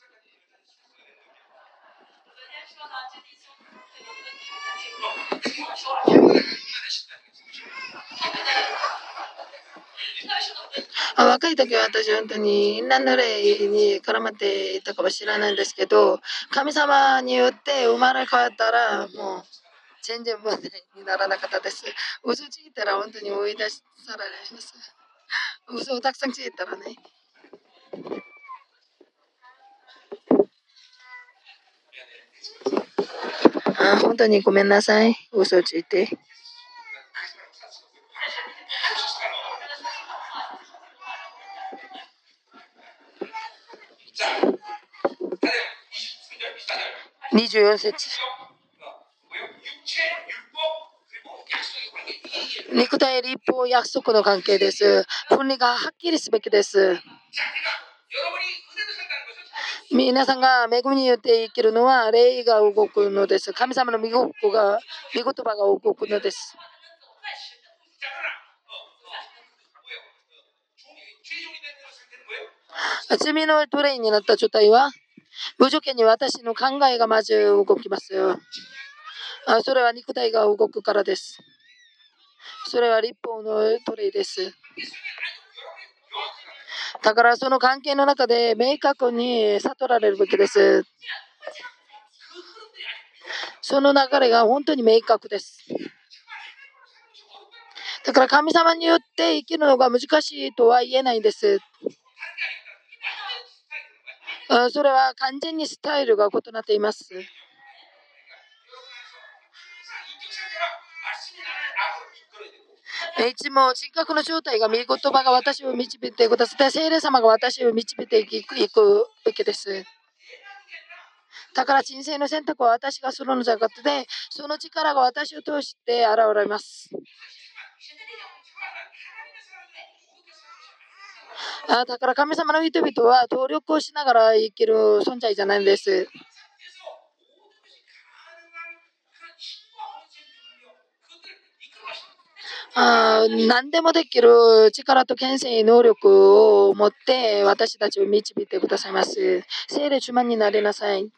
あ若い時は私本当に何の霊に絡まっていたかは知らないんですけど、神様によって生まれ変わったらもう全然問題にならなかったです。嘘ついたら本当に追い出されます。嘘をたくさんついたらね。あ本当にごめんなさい。嘘をついて。にじゅうよん節。肉体立法約束の関係です。分離がはっきりすべきです。皆さんが恵みによって生きるのは霊が動くのです。神様の御言葉が御言葉が動くのです。罪の奴隷になった状態は無条件に私の考えがまず動きますよ。それは肉体が動くからです。それは立法の奴隷です。だからその関係の中で明確に悟られるべきです。その流れが本当に明確です。だから神様によって生きるのが難しいとは言えないんです。それは完全にスタイルが異なっています。いつも人格の正体が御言葉が私を導いてくださって聖霊様が私を導いていくべきです。だから人生の選択は私がするのじゃなくて、その力が私を通して現れます。あだから神様の人々は協力をしながら生きる存在じゃないんです。あ何でもできる力と権勢能力を持って私たちを導いてくださいます。聖霊主満になりなさい。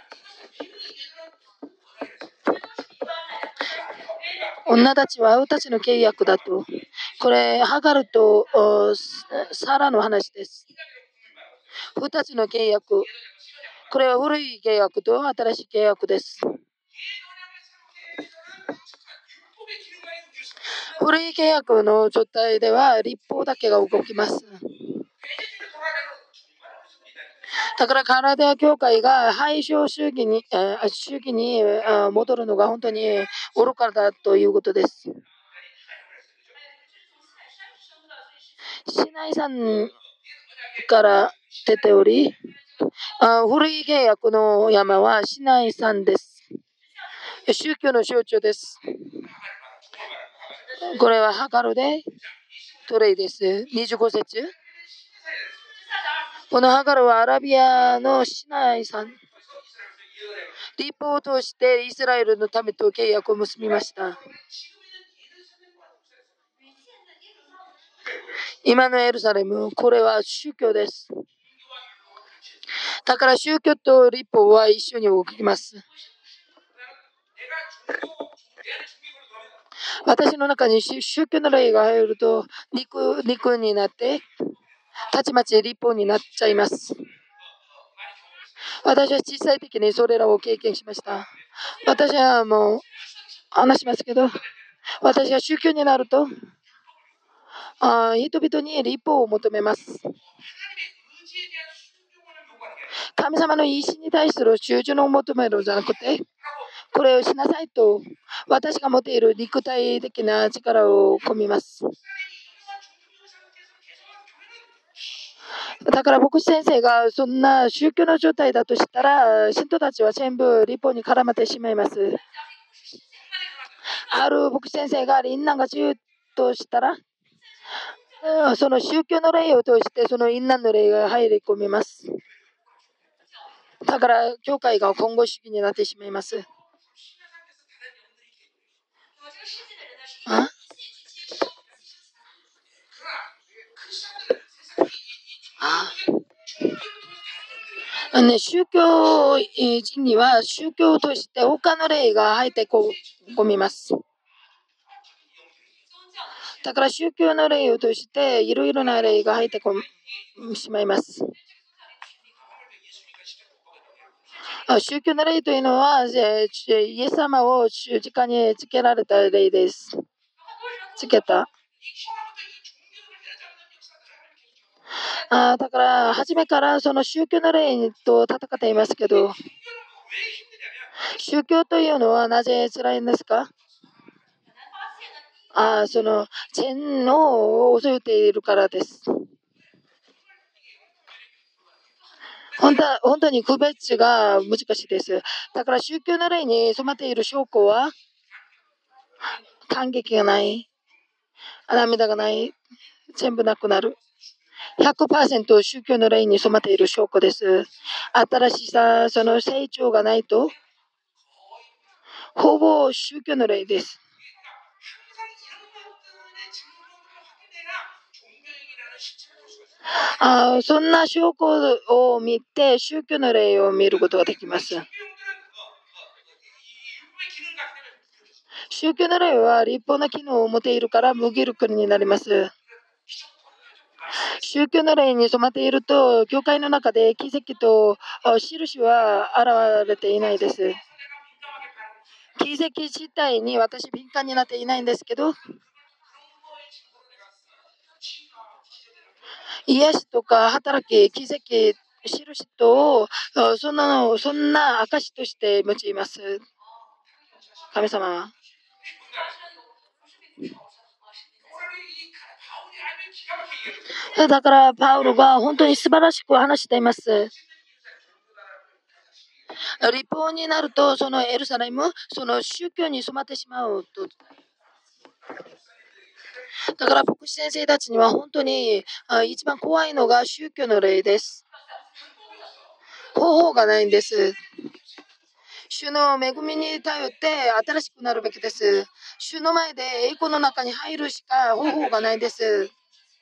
女たちは青たちの契約だと。これハガルとサラの話です。二つの契約。これは古い契約と新しい契約です。古い契約の状態では立法だけが動きます。だからカナダ教会が廃止主義に、主義に戻るのが本当に愚かだということです。シナイ山から出ており、古い契約の山はシナイ山です。宗教の象徴です。これはハガルでトレイです。にじゅうご節。このハガルはアラビアのシナイ山。立法を通してイスラエルのためと契約を結びました。今のエルサレム、これは宗教です。だから宗教と立法は一緒に動きます。私の中に宗教の霊が入ると 肉, 肉になってたちまち立法になっちゃいます。私は小さい時にそれらを経験しました。私はもう話しますけど、私が宗教になるとあ人々に立法を求めます。神様の意志に対する従順を求めるのじゃなくて、これをしなさいと私が持っている肉体的な力を込みます。だから牧師先生がそんな宗教の状態だとしたら、信徒たちは全部立法に絡まってしまいます。ある牧師先生が淫乱が自由としたら、その宗教の霊を通してその淫乱の霊が入り込みます。だから教会が今後主義になってしまいます。 あああのね、宗教人には宗教として他の霊が入ってこみます。だから宗教の霊を通していろいろな霊が入ってこしまいます。宗教の霊というのは、イエス様を十字架につけられた霊です。つけた。あだから初めからその宗教の霊と戦っていますけど、宗教というのはなぜ辛いんですか？あその善を恐れているからです。本当本当に区別が難しいです。だから宗教の霊に染まっている証拠は感激がない、涙がない、全部なくなる。ひゃくパーセント 宗教の霊に染まっている証拠です。新しさ、その成長がないと、ほぼ宗教の霊です。あそんな証拠を見て宗教の霊を見ることができます。宗教の霊は立法の機能を持っているから無気力になります。宗教の霊に染まっていると教会の中で奇跡と印は現れていないです。奇跡自体に私敏感になっていないんですけど、癒しとか働き、奇跡、印とそんなのそんな証として用います。神様は。だからパウロが本当に素晴らしく話しています。立法になるとそのエルサレム、その宗教に染まってしまうと。だから牧師先生たちには本当に一番怖いのが宗教の霊です。方法がないんです。主の恵みに頼って新しくなるべきです。主の前で栄光の中に入るしか方法がないです。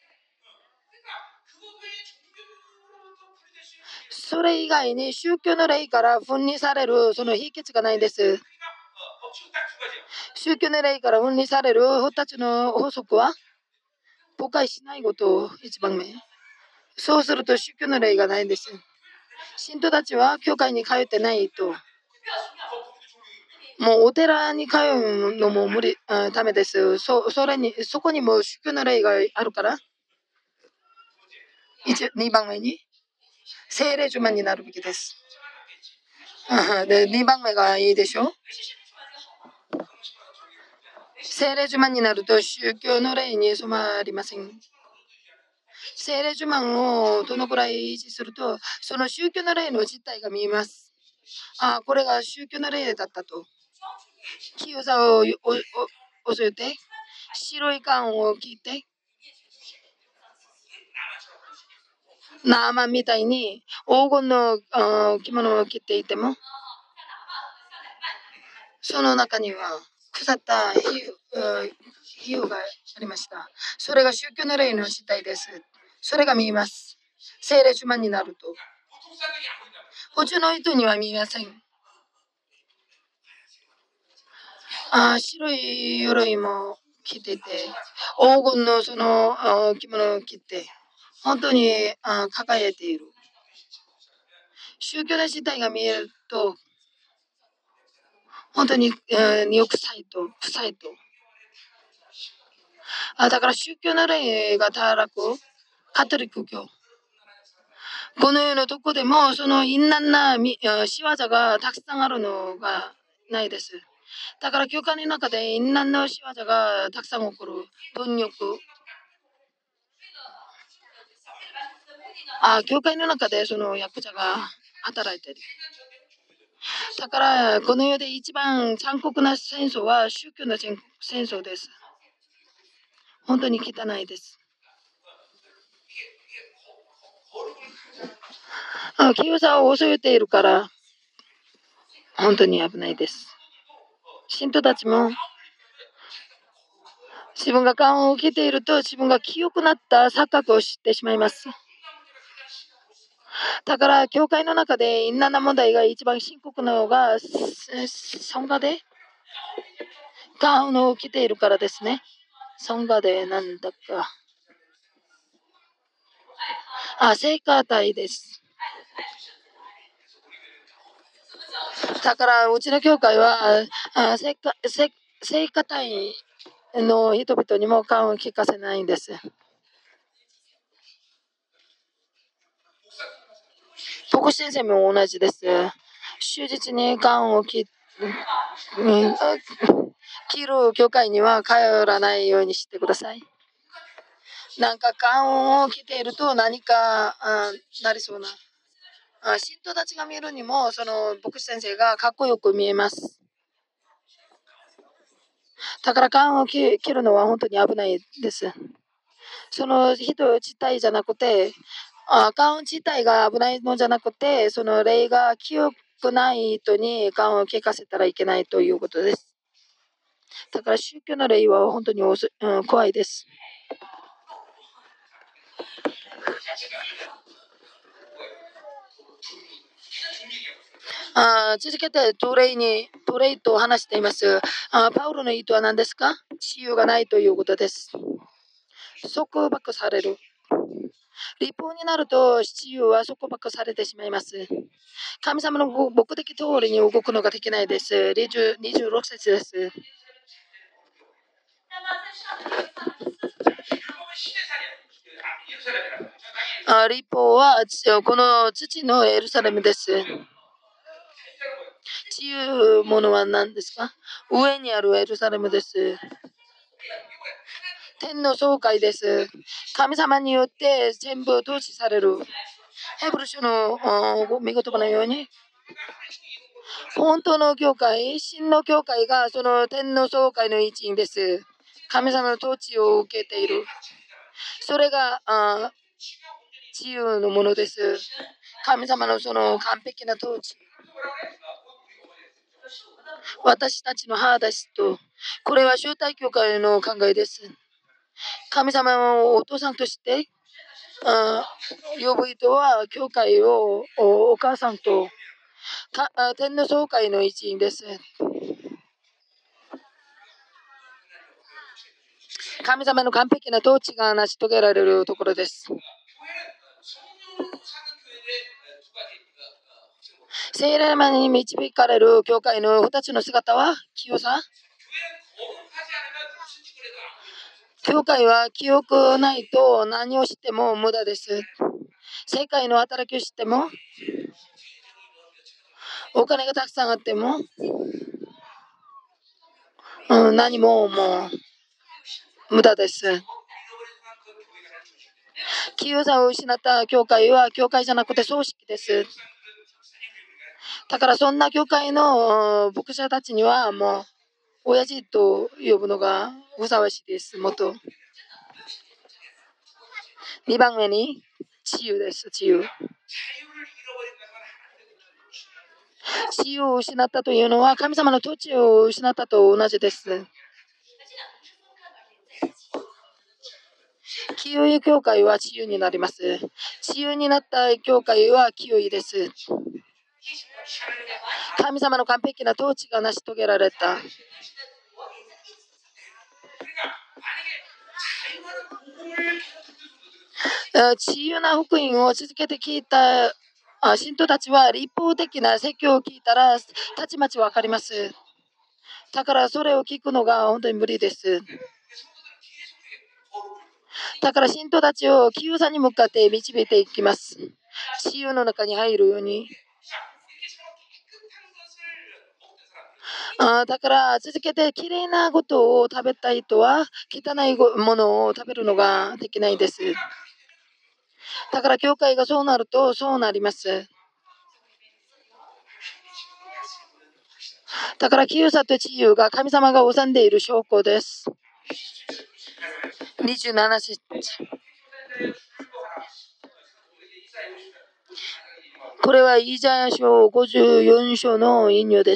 それ以外に宗教の霊から分離されるその秘訣がないんです。宗教の霊から分離されるふたつの法則は誤解しないことを一番目。そうすると宗教の霊がないんです。信徒たちは教会に通ってないと。もうお寺に通うのも無理、あダメです。そ、それに、そこにも宗教の霊があるから、にばんめに聖霊呪文になるべきです。で、にばんめがいいでしょ。聖霊呪文になると宗教の霊に染まりません。聖霊呪文をどのくらい維持すると、その宗教の霊の実態が見えます。あ、これが宗教の霊だったと。清さを恐れて、白い缶を切って、ナーマンみたいに黄金の着物を着ていても、その中には腐った皮膚がありました。それが宗教の霊の実態です。それが見えます。聖霊呪文になると。普通の人には見えません。あ白い鎧も着てて、黄金のその着物を着て、本当に輝いている。宗教の実態が見えると、本当に匂臭いと、臭いと。あだから宗教の霊が働くカトリック教。この世のどこでもその陰難な仕業がたくさんあるのがないです。だから教会の中で陰難の仕業がたくさん起こる。貪欲。あ教会の中でその役者が働いている。だからこの世で一番残酷な戦争は宗教の戦争です。本当に汚いです。清さを恐れているから本当に危ないです。信徒たちも自分が感を受けていると自分が清くなった錯覚を知ってしまいます。だから教会の中で因難な問題が一番深刻なのが尊賀で感を受けているからですね。尊賀でなんだかあ聖歌隊です。だからうちの教会はあ聖歌聖聖歌隊の人々にも感を聞かせないんです。牧師先生も同じです。終日に感を切切る教会には通らないようにしてください。なんか感を切っていると何かあなりそうな。あ信徒たちが見るにもその牧師先生がかっこよく見えます。だから感を切るのは本当に危ないです。その人自体じゃなくて、あ感自体が危ないのじゃなくて、その霊が清くない人に感を聞かせたらいけないということです。だから宗教の霊は本当におす、うん、怖いです。あ続けて奴隷に奴隷と話しています。あパウロの意図は何ですか？自由がないということです。束縛される。立法になると自由は束縛されてしまいます。神様の目的通りに動くのができないです。にじゅうろく節です。あ立法はこの土のエルサレムです。自由ものは何ですか？上にあるエルサレムです。天の総会です。神様によって全部統治される。ヘブル書の見言葉のように、本当の教会、真の教会がその天の総会の一員です。神様の統治を受けている。それがあ自由のものです。神様のその完璧な統治。私たちの母ですと、これは招待教会の考えです。神様をお父さんとしてあ呼ぶ人は教会を お, お母さんとか天皇総会の一員です。神様の完璧な統治が成し遂げられるところです。聖霊に導かれる教会のふたつの姿は清さ。教会は清くないと何をしても無駄です。世界の働きをしてもお金がたくさんあっても、うん、何ももう無駄です。清さを失った教会は教会じゃなくて組織です。だからそんな教会の牧者たちにはもう親父と呼ぶのがふさわしいです。もっとにばんめに自由です。自由。自由を失ったというのは神様の統治を失ったと同じです。清い教会は自由になります。自由になった教会は清いです。神様の完璧な統治が成し遂げられた。自由な福音を続けて聞いた信徒たちは立法的な説教を聞いたらたちまち分かります。だからそれを聞くのが本当に無理です。だから信徒たちを清さに向かって導いていきます。自由の中に入るように。あだから続けてきれいなことを食べたい人は汚いものを食べるのができないです。だから教会がそうなるとそうなります。だから清さと自由が神様が治んでいる証拠です。にじゅうなな節。これはイザヤ書ごじゅうよん章の引用です。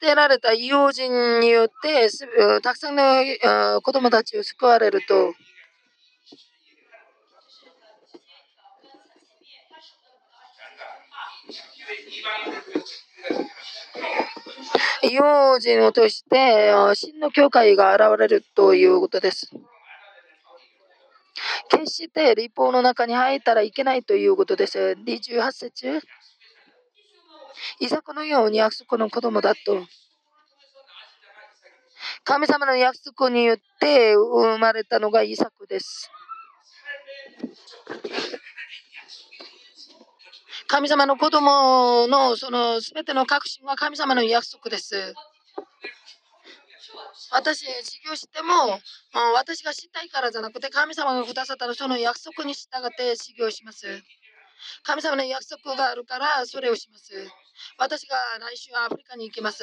てられた異邦人によってたくさんの子供たちを救われると、異邦人を通して真の教会が現れるということです。決して立法の中に入ったらいけないということです。にじゅうはち節、イサクのように約束の子供だと、神様の約束によって生まれたのがイサクです。神様の子供のその全ての確信は神様の約束です。私、授業しても、私が知りたいからじゃなくて、神様がくださったらその約束に従って授業します。神様の約束があるからそれをします。私が来週アフリカに行きます。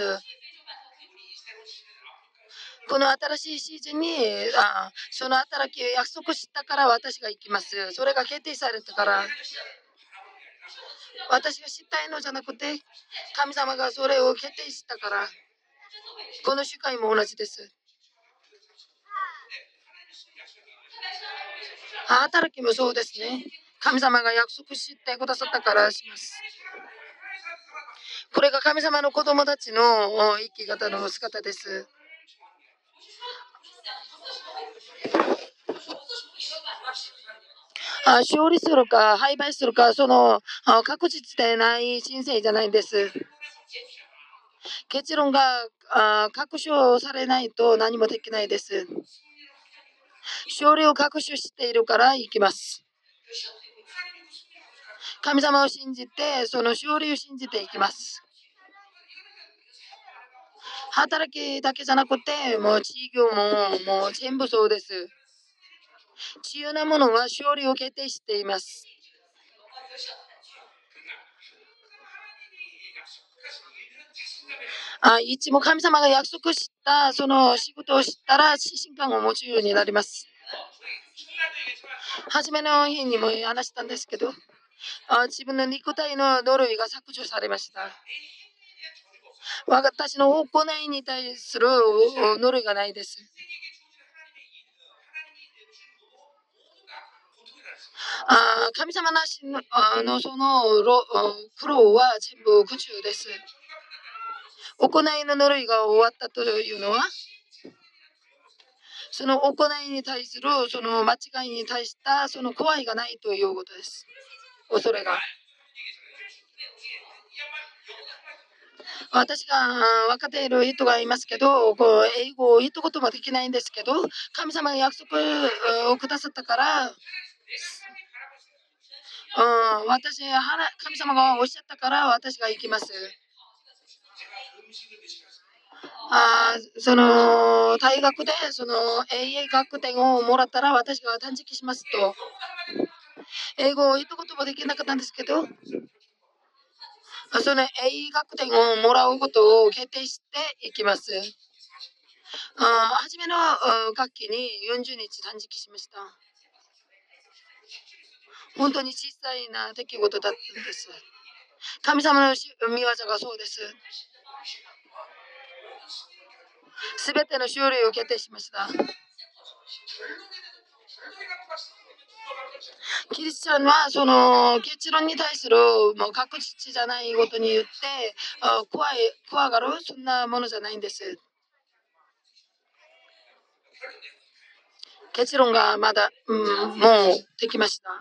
この新しいシーズンにあその働きを約束したから私が行きます。それが決定されたから、私が知りたいのじゃなくて神様がそれを決定したから、この集会も同じです。働きもそうですね。神様が約束してくださったからします。これが神様の子供たちの生き方の姿です。あ勝利するか敗北するか、そのあ確実でない人生じゃないです。結論があ確証されないと何もできないです。勝利を確証しているから行きます。神様を信じて、その勝利を信じていきます。働きだけじゃなくて、もう事業ももう全部そうです。自由なものは勝利を決定しています。あいつも神様が約束したその仕事をしたら自信感を持つようになります。初めの日にも話したんですけど、あ自分の肉体の呪いが削除されました。私の行いに対する呪いがないです。あ神様なしのあのその苦労は全部苦中です。行いの呪いが終わったというのは、その行いに対するその間違いに対したその怖いがないということです。恐れが。私が分かっている人がいますけど、こう英語を言ったこともできないんですけど、神様が約束をくださったから、うん、私、神様がおっしゃったから私が行きます。あその大学でその英英学点をもらったら私が断食しますと、英語を言ったこともできなかったんですけど、その英学点をもらうことを決定していきます。あ初めの学期によんじゅうにち断食しました。本当に小さいな出来事だったんです。神様の見業がそうです。すべての勝利を決定しました。キリスチャンはその結論に対するもう確実じゃないことによって怖い怖がる、そんなものじゃないんです。結論がまだ、うん、もうできました。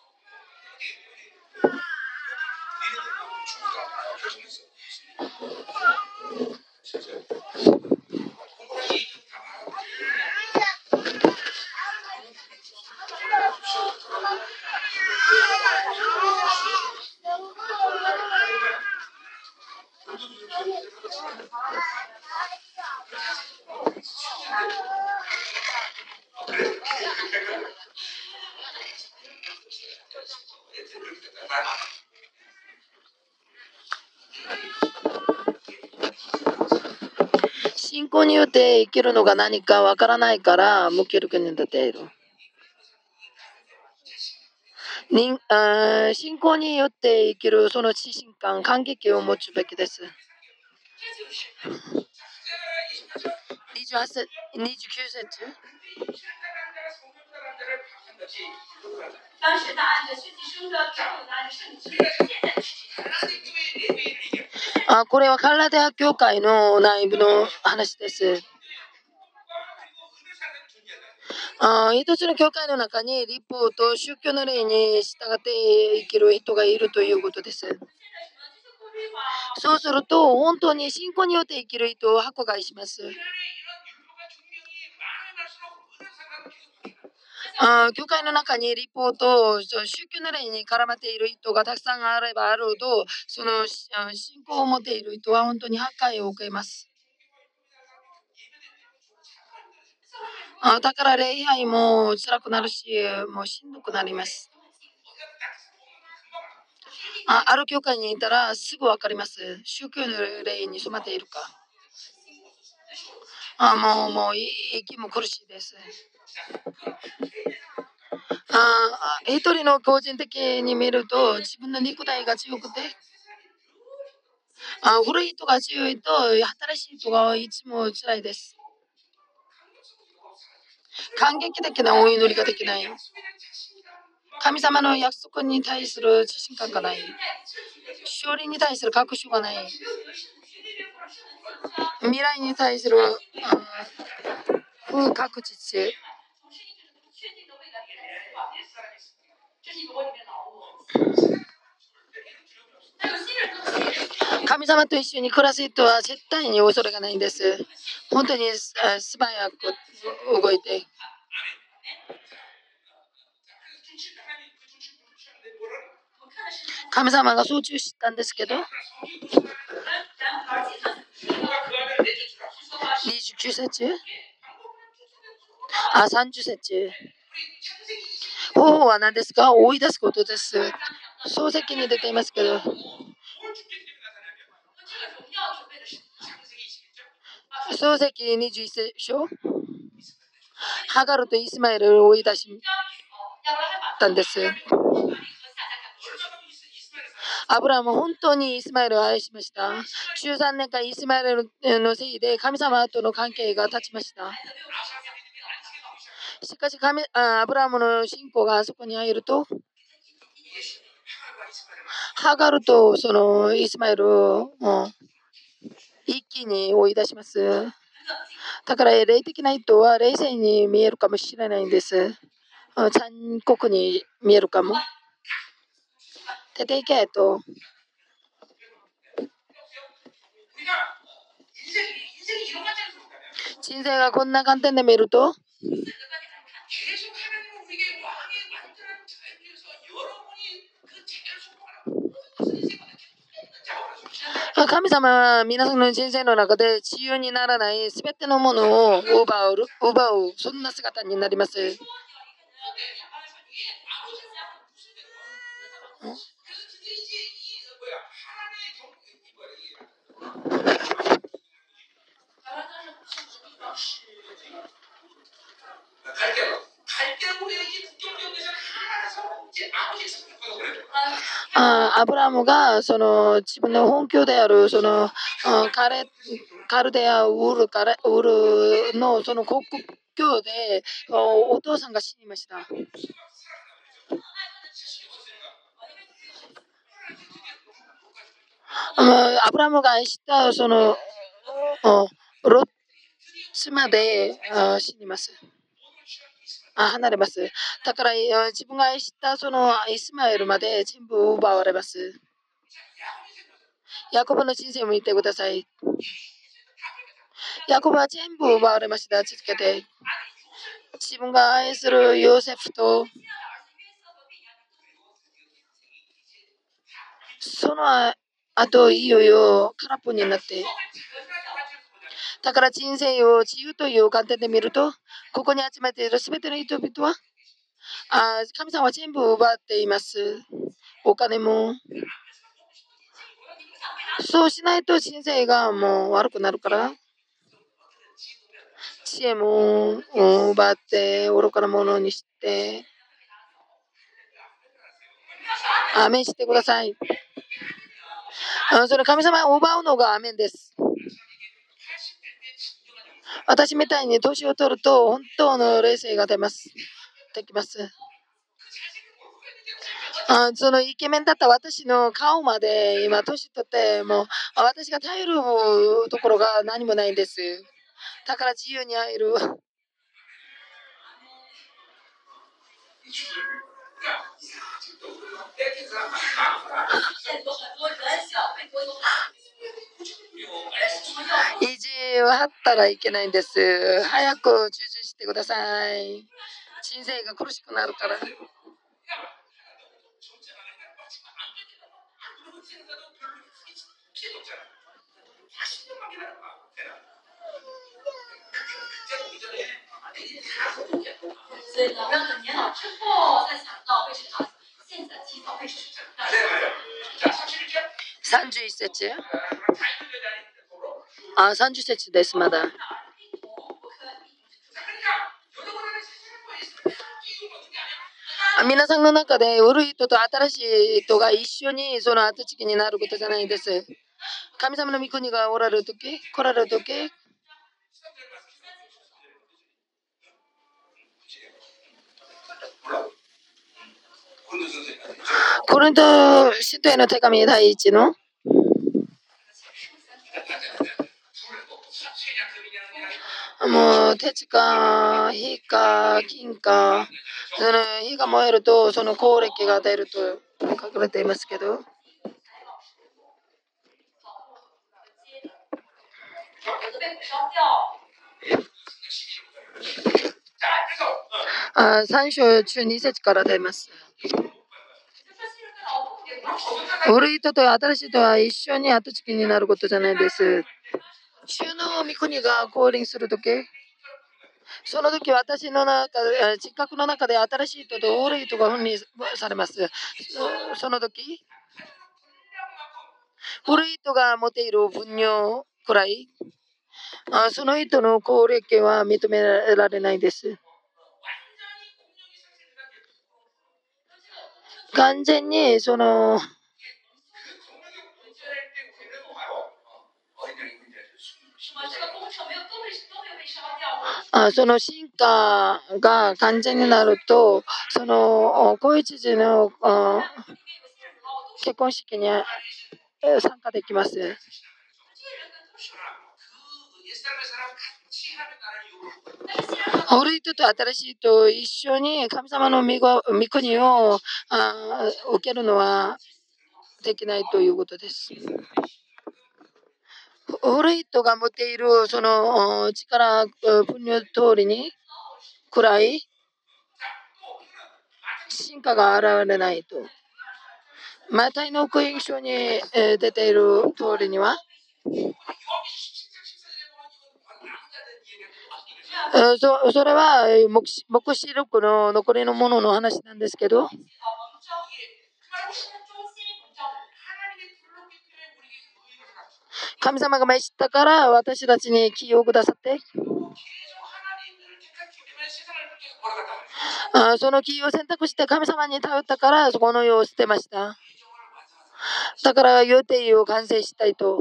信仰によって生きるのが何かわからないから無気力になっている。人あ信仰によって生きるその自信感、感激を持つべきです。 にじゅうはち節、にじゅうきゅう節。あ、これはカラデア教会の内部の話です。あ、一つの教会の中に立法と宗教の霊に従って生きる人がいるということです。そうすると本当に信仰によって生きる人を迫害します。あ、教会の中に立法と宗教の霊に絡まっている人がたくさんあればあるほど、その信仰を持っている人は本当に迫害を受けます。あ、だから礼拝も辛くなるし、もうしんどくなります。あ、ある教会にいたらすぐ分かります。宗教の霊に染まっているか。あ、もう、もう息も苦しいです。あ、一人の個人的に見ると自分の肉体が強くて、あ、古い人が強いと新しい人がいつも辛いです。感激的なお祈りができない。神様の約束に対する自信感がない。勝利に対する確証がない。未来に対する不確実。神様と一緒に暮らす人は絶対に恐れがないんです。本当に素早く動いて。神様が操縦したんですけど、にじゅうきゅう節、あ、さんじゅう節。方法は何ですか？追い出すことです。漱石に出ていますけど、漱石にじゅういち章、ハガルとイスマエルを追い出したんです。アブラハムは本当にイスマエルを愛しました。じゅうさんねんかんイスマエルのせいで神様との関係が立ちました。しかし神アブラハムの信仰があそこに入ると、ハガルとそのイスマエルを一気に追い出します。だから霊的な人は冷静に見えるかもしれないんです。残酷に見えるかも。出ていけと。人生がこんな観点で見ると、神様は皆さんの人生の中で自由にならないすべてのものを奪う、奪う、そんな姿になります。あアブラムがその自分の本拠であるそのカレカルデアウルカレウルのその国境でお父さんが死にました。アブラムが愛したそのロッツまで死にます。あ離れます。だから自分が愛したそのイスマエルまで全部奪われます。ヤコブの人生を見てください。ヤコブは全部奪われました。続けて自分が愛するヨセフとその後いよいよ空っぽになって、だから人生を自由という観点で見ると、ここに集めているすべての人々はあ神様は全部奪っています。お金も。そうしないと人生がもう悪くなるから、知恵も奪って愚かなものにして、アメンしてください。それ神様を奪うのがアメンです。 私みたいに年を取ると本当の霊性が出ます。できます。あそのイケメンだった私の顔まで今年取ってもう私が頼るところが何もないんです。だから自由に会える。意地を張ったらいけないんです。早く中止してください。人生が苦しくなるから。さんじゅういち節あ、さんじゅう節です、まだ。皆さんの中で古い人と新しい人が一緒にその後付けになることじゃないです。神様の御国がおられるとき、来られるとき、コリント使徒への手紙第一のもう鉄か火か金かその火が燃えるとその鉱石が出ると書かれていますけど、あさん章中に節から出ます。古い人と新しい人は一緒に後付けになることじゃないです。主の御国が降臨するとき、その時私の中で、人格の中で新しい人と古い人が分離されます。その時、古い人が持っている分量くらい、その人の功歴は認められないです。完全にそのあその進化が完全になると、その小一時の結婚式に参加できます。古い人と新しい人と一緒に神様の御国を受けるのはできないということです。古い人が持っているその力分量通りにくらい進化が現れないと。マタイの福音書に出ている通りにはそ, それは黙示録の残りのものの話なんですけど、神様が召したから私たちに起用くださってあその起用を選択して神様に頼ったからそこの世を捨てました。だから予定を完成したいと。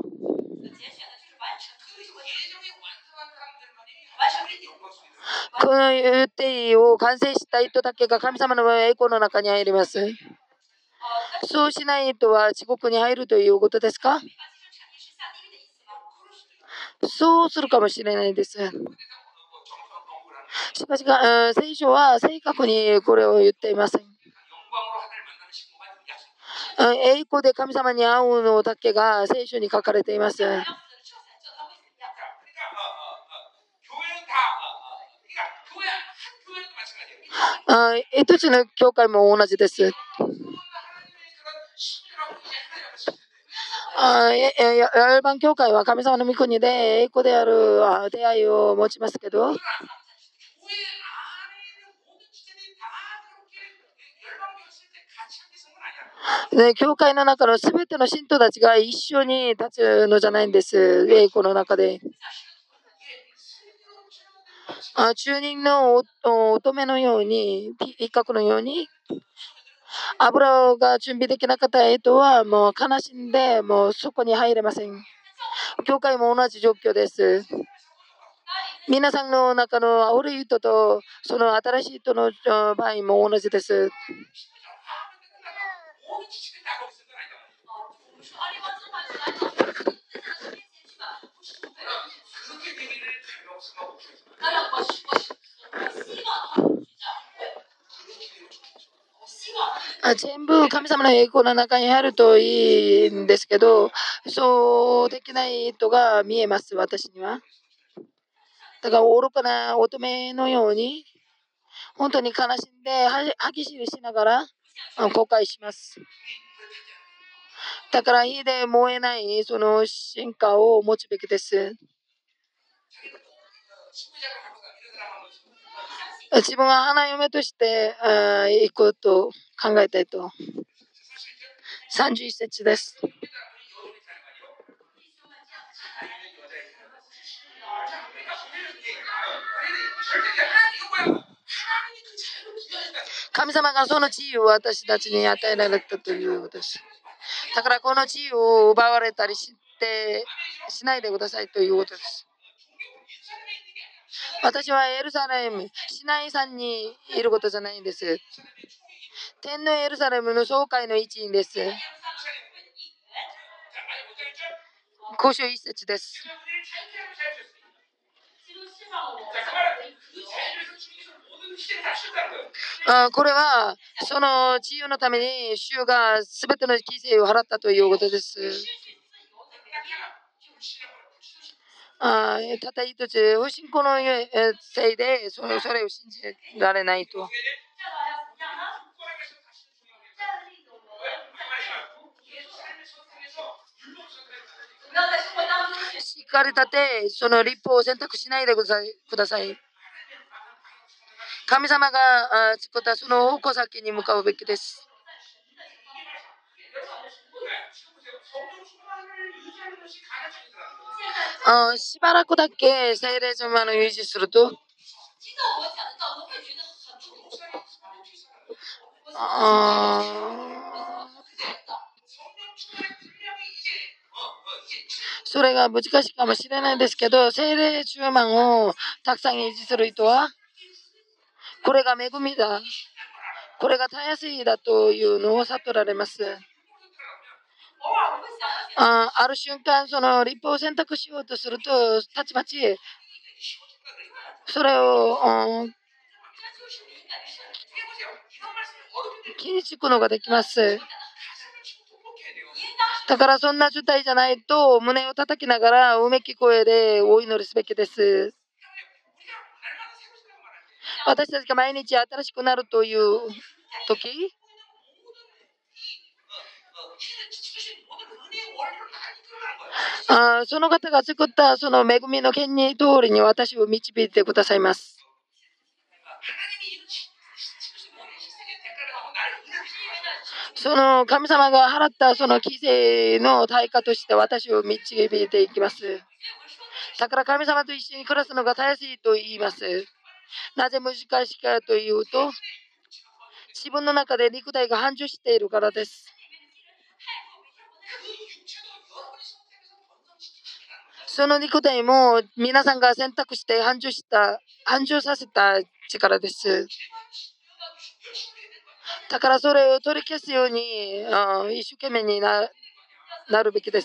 この予定を完成したい人だけが神様の栄光の中に入ります。そうしない人は地獄に入るということですか？そうするかもしれないです。しかし聖書は正確にこれを言っていません。栄光で神様に会うのだけが聖書に書かれています。一つの教会も同じです。ヤルバン教会は神様の御国で栄光である出会いを持ちますけど、ね、教会の中のすべての信徒たちが一緒に立つのじゃないんです。栄光の中で中人の乙女のように一角のように油が準備できなかった人はもう悲しんでもうそこに入れません。教会も同じ状況です。 皆さんの中の古い人とその新しい人の場合も同じです。あ全部神様の栄光の中にあるといいんですけど、そうできない人が見えます、私には。だから愚かな乙女のように本当に悲しんで歯ぎしりしながら後悔します。だから火で燃えないその進化を持つべきです。自分は花嫁として行こうと考えたいと。さんじゅういち節です。神様がその地位を私たちに与えられたということです。だからこの地位を奪われたりしてしないでくださいということです。私はエルサレム、シナイ山にいることじゃないんです。天のエルサレムの総会の一員です。交渉一節です。あこれはその自由のために主がすべての犠牲を払ったということです。あたった一つ不信仰のせいでそれそれを信じられないと。しっかり立てその立法を選択しないでください。神様が作ったその矛先に向かうべきです。あしばらくだけ聖霊様の維持するとあそれが難しいかもしれないですけど、聖霊充満をたくさん維持する人はこれが恵みだ、これがたやすいだというのを悟られます。あ, ある瞬間その立法を選択しようとするとたちまちそれを気につくのができます。だからそんな状態じゃないと胸を叩きながらうめき声でお祈りすべきです。私たちが毎日新しくなるという時あその方が作ったその恵みの権利通りに私を導いてくださいます。その神様が払ったその犠牲の対価として私を導いていきます。だから神様と一緒に暮らすのがたやすいと言います。なぜ難しいかというと自分の中で肉体が繁盛しているからです。その肉体も皆さんが選択して繁盛した繁盛させた力です。だからそれを取り消すように一生懸命に な, なるべきです。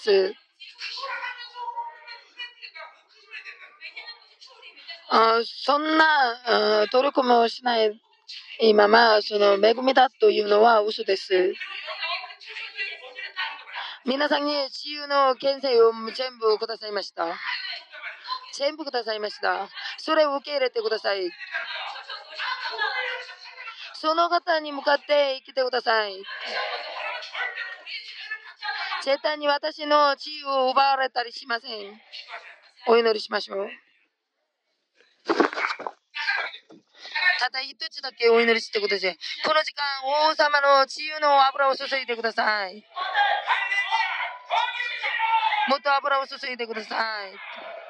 あそんな努力もしないままその恵みだというのは嘘です。皆さんに自由の権勢を全部くださいました。全部くださいました。それを受け入れてください。その方に向かって生きてください。絶対に私の自由を奪われたりしません。お祈りしましょう。ただ一つだけお祈りしてください。この時間王様の自由の油を注いでください。もっと油を注いでください。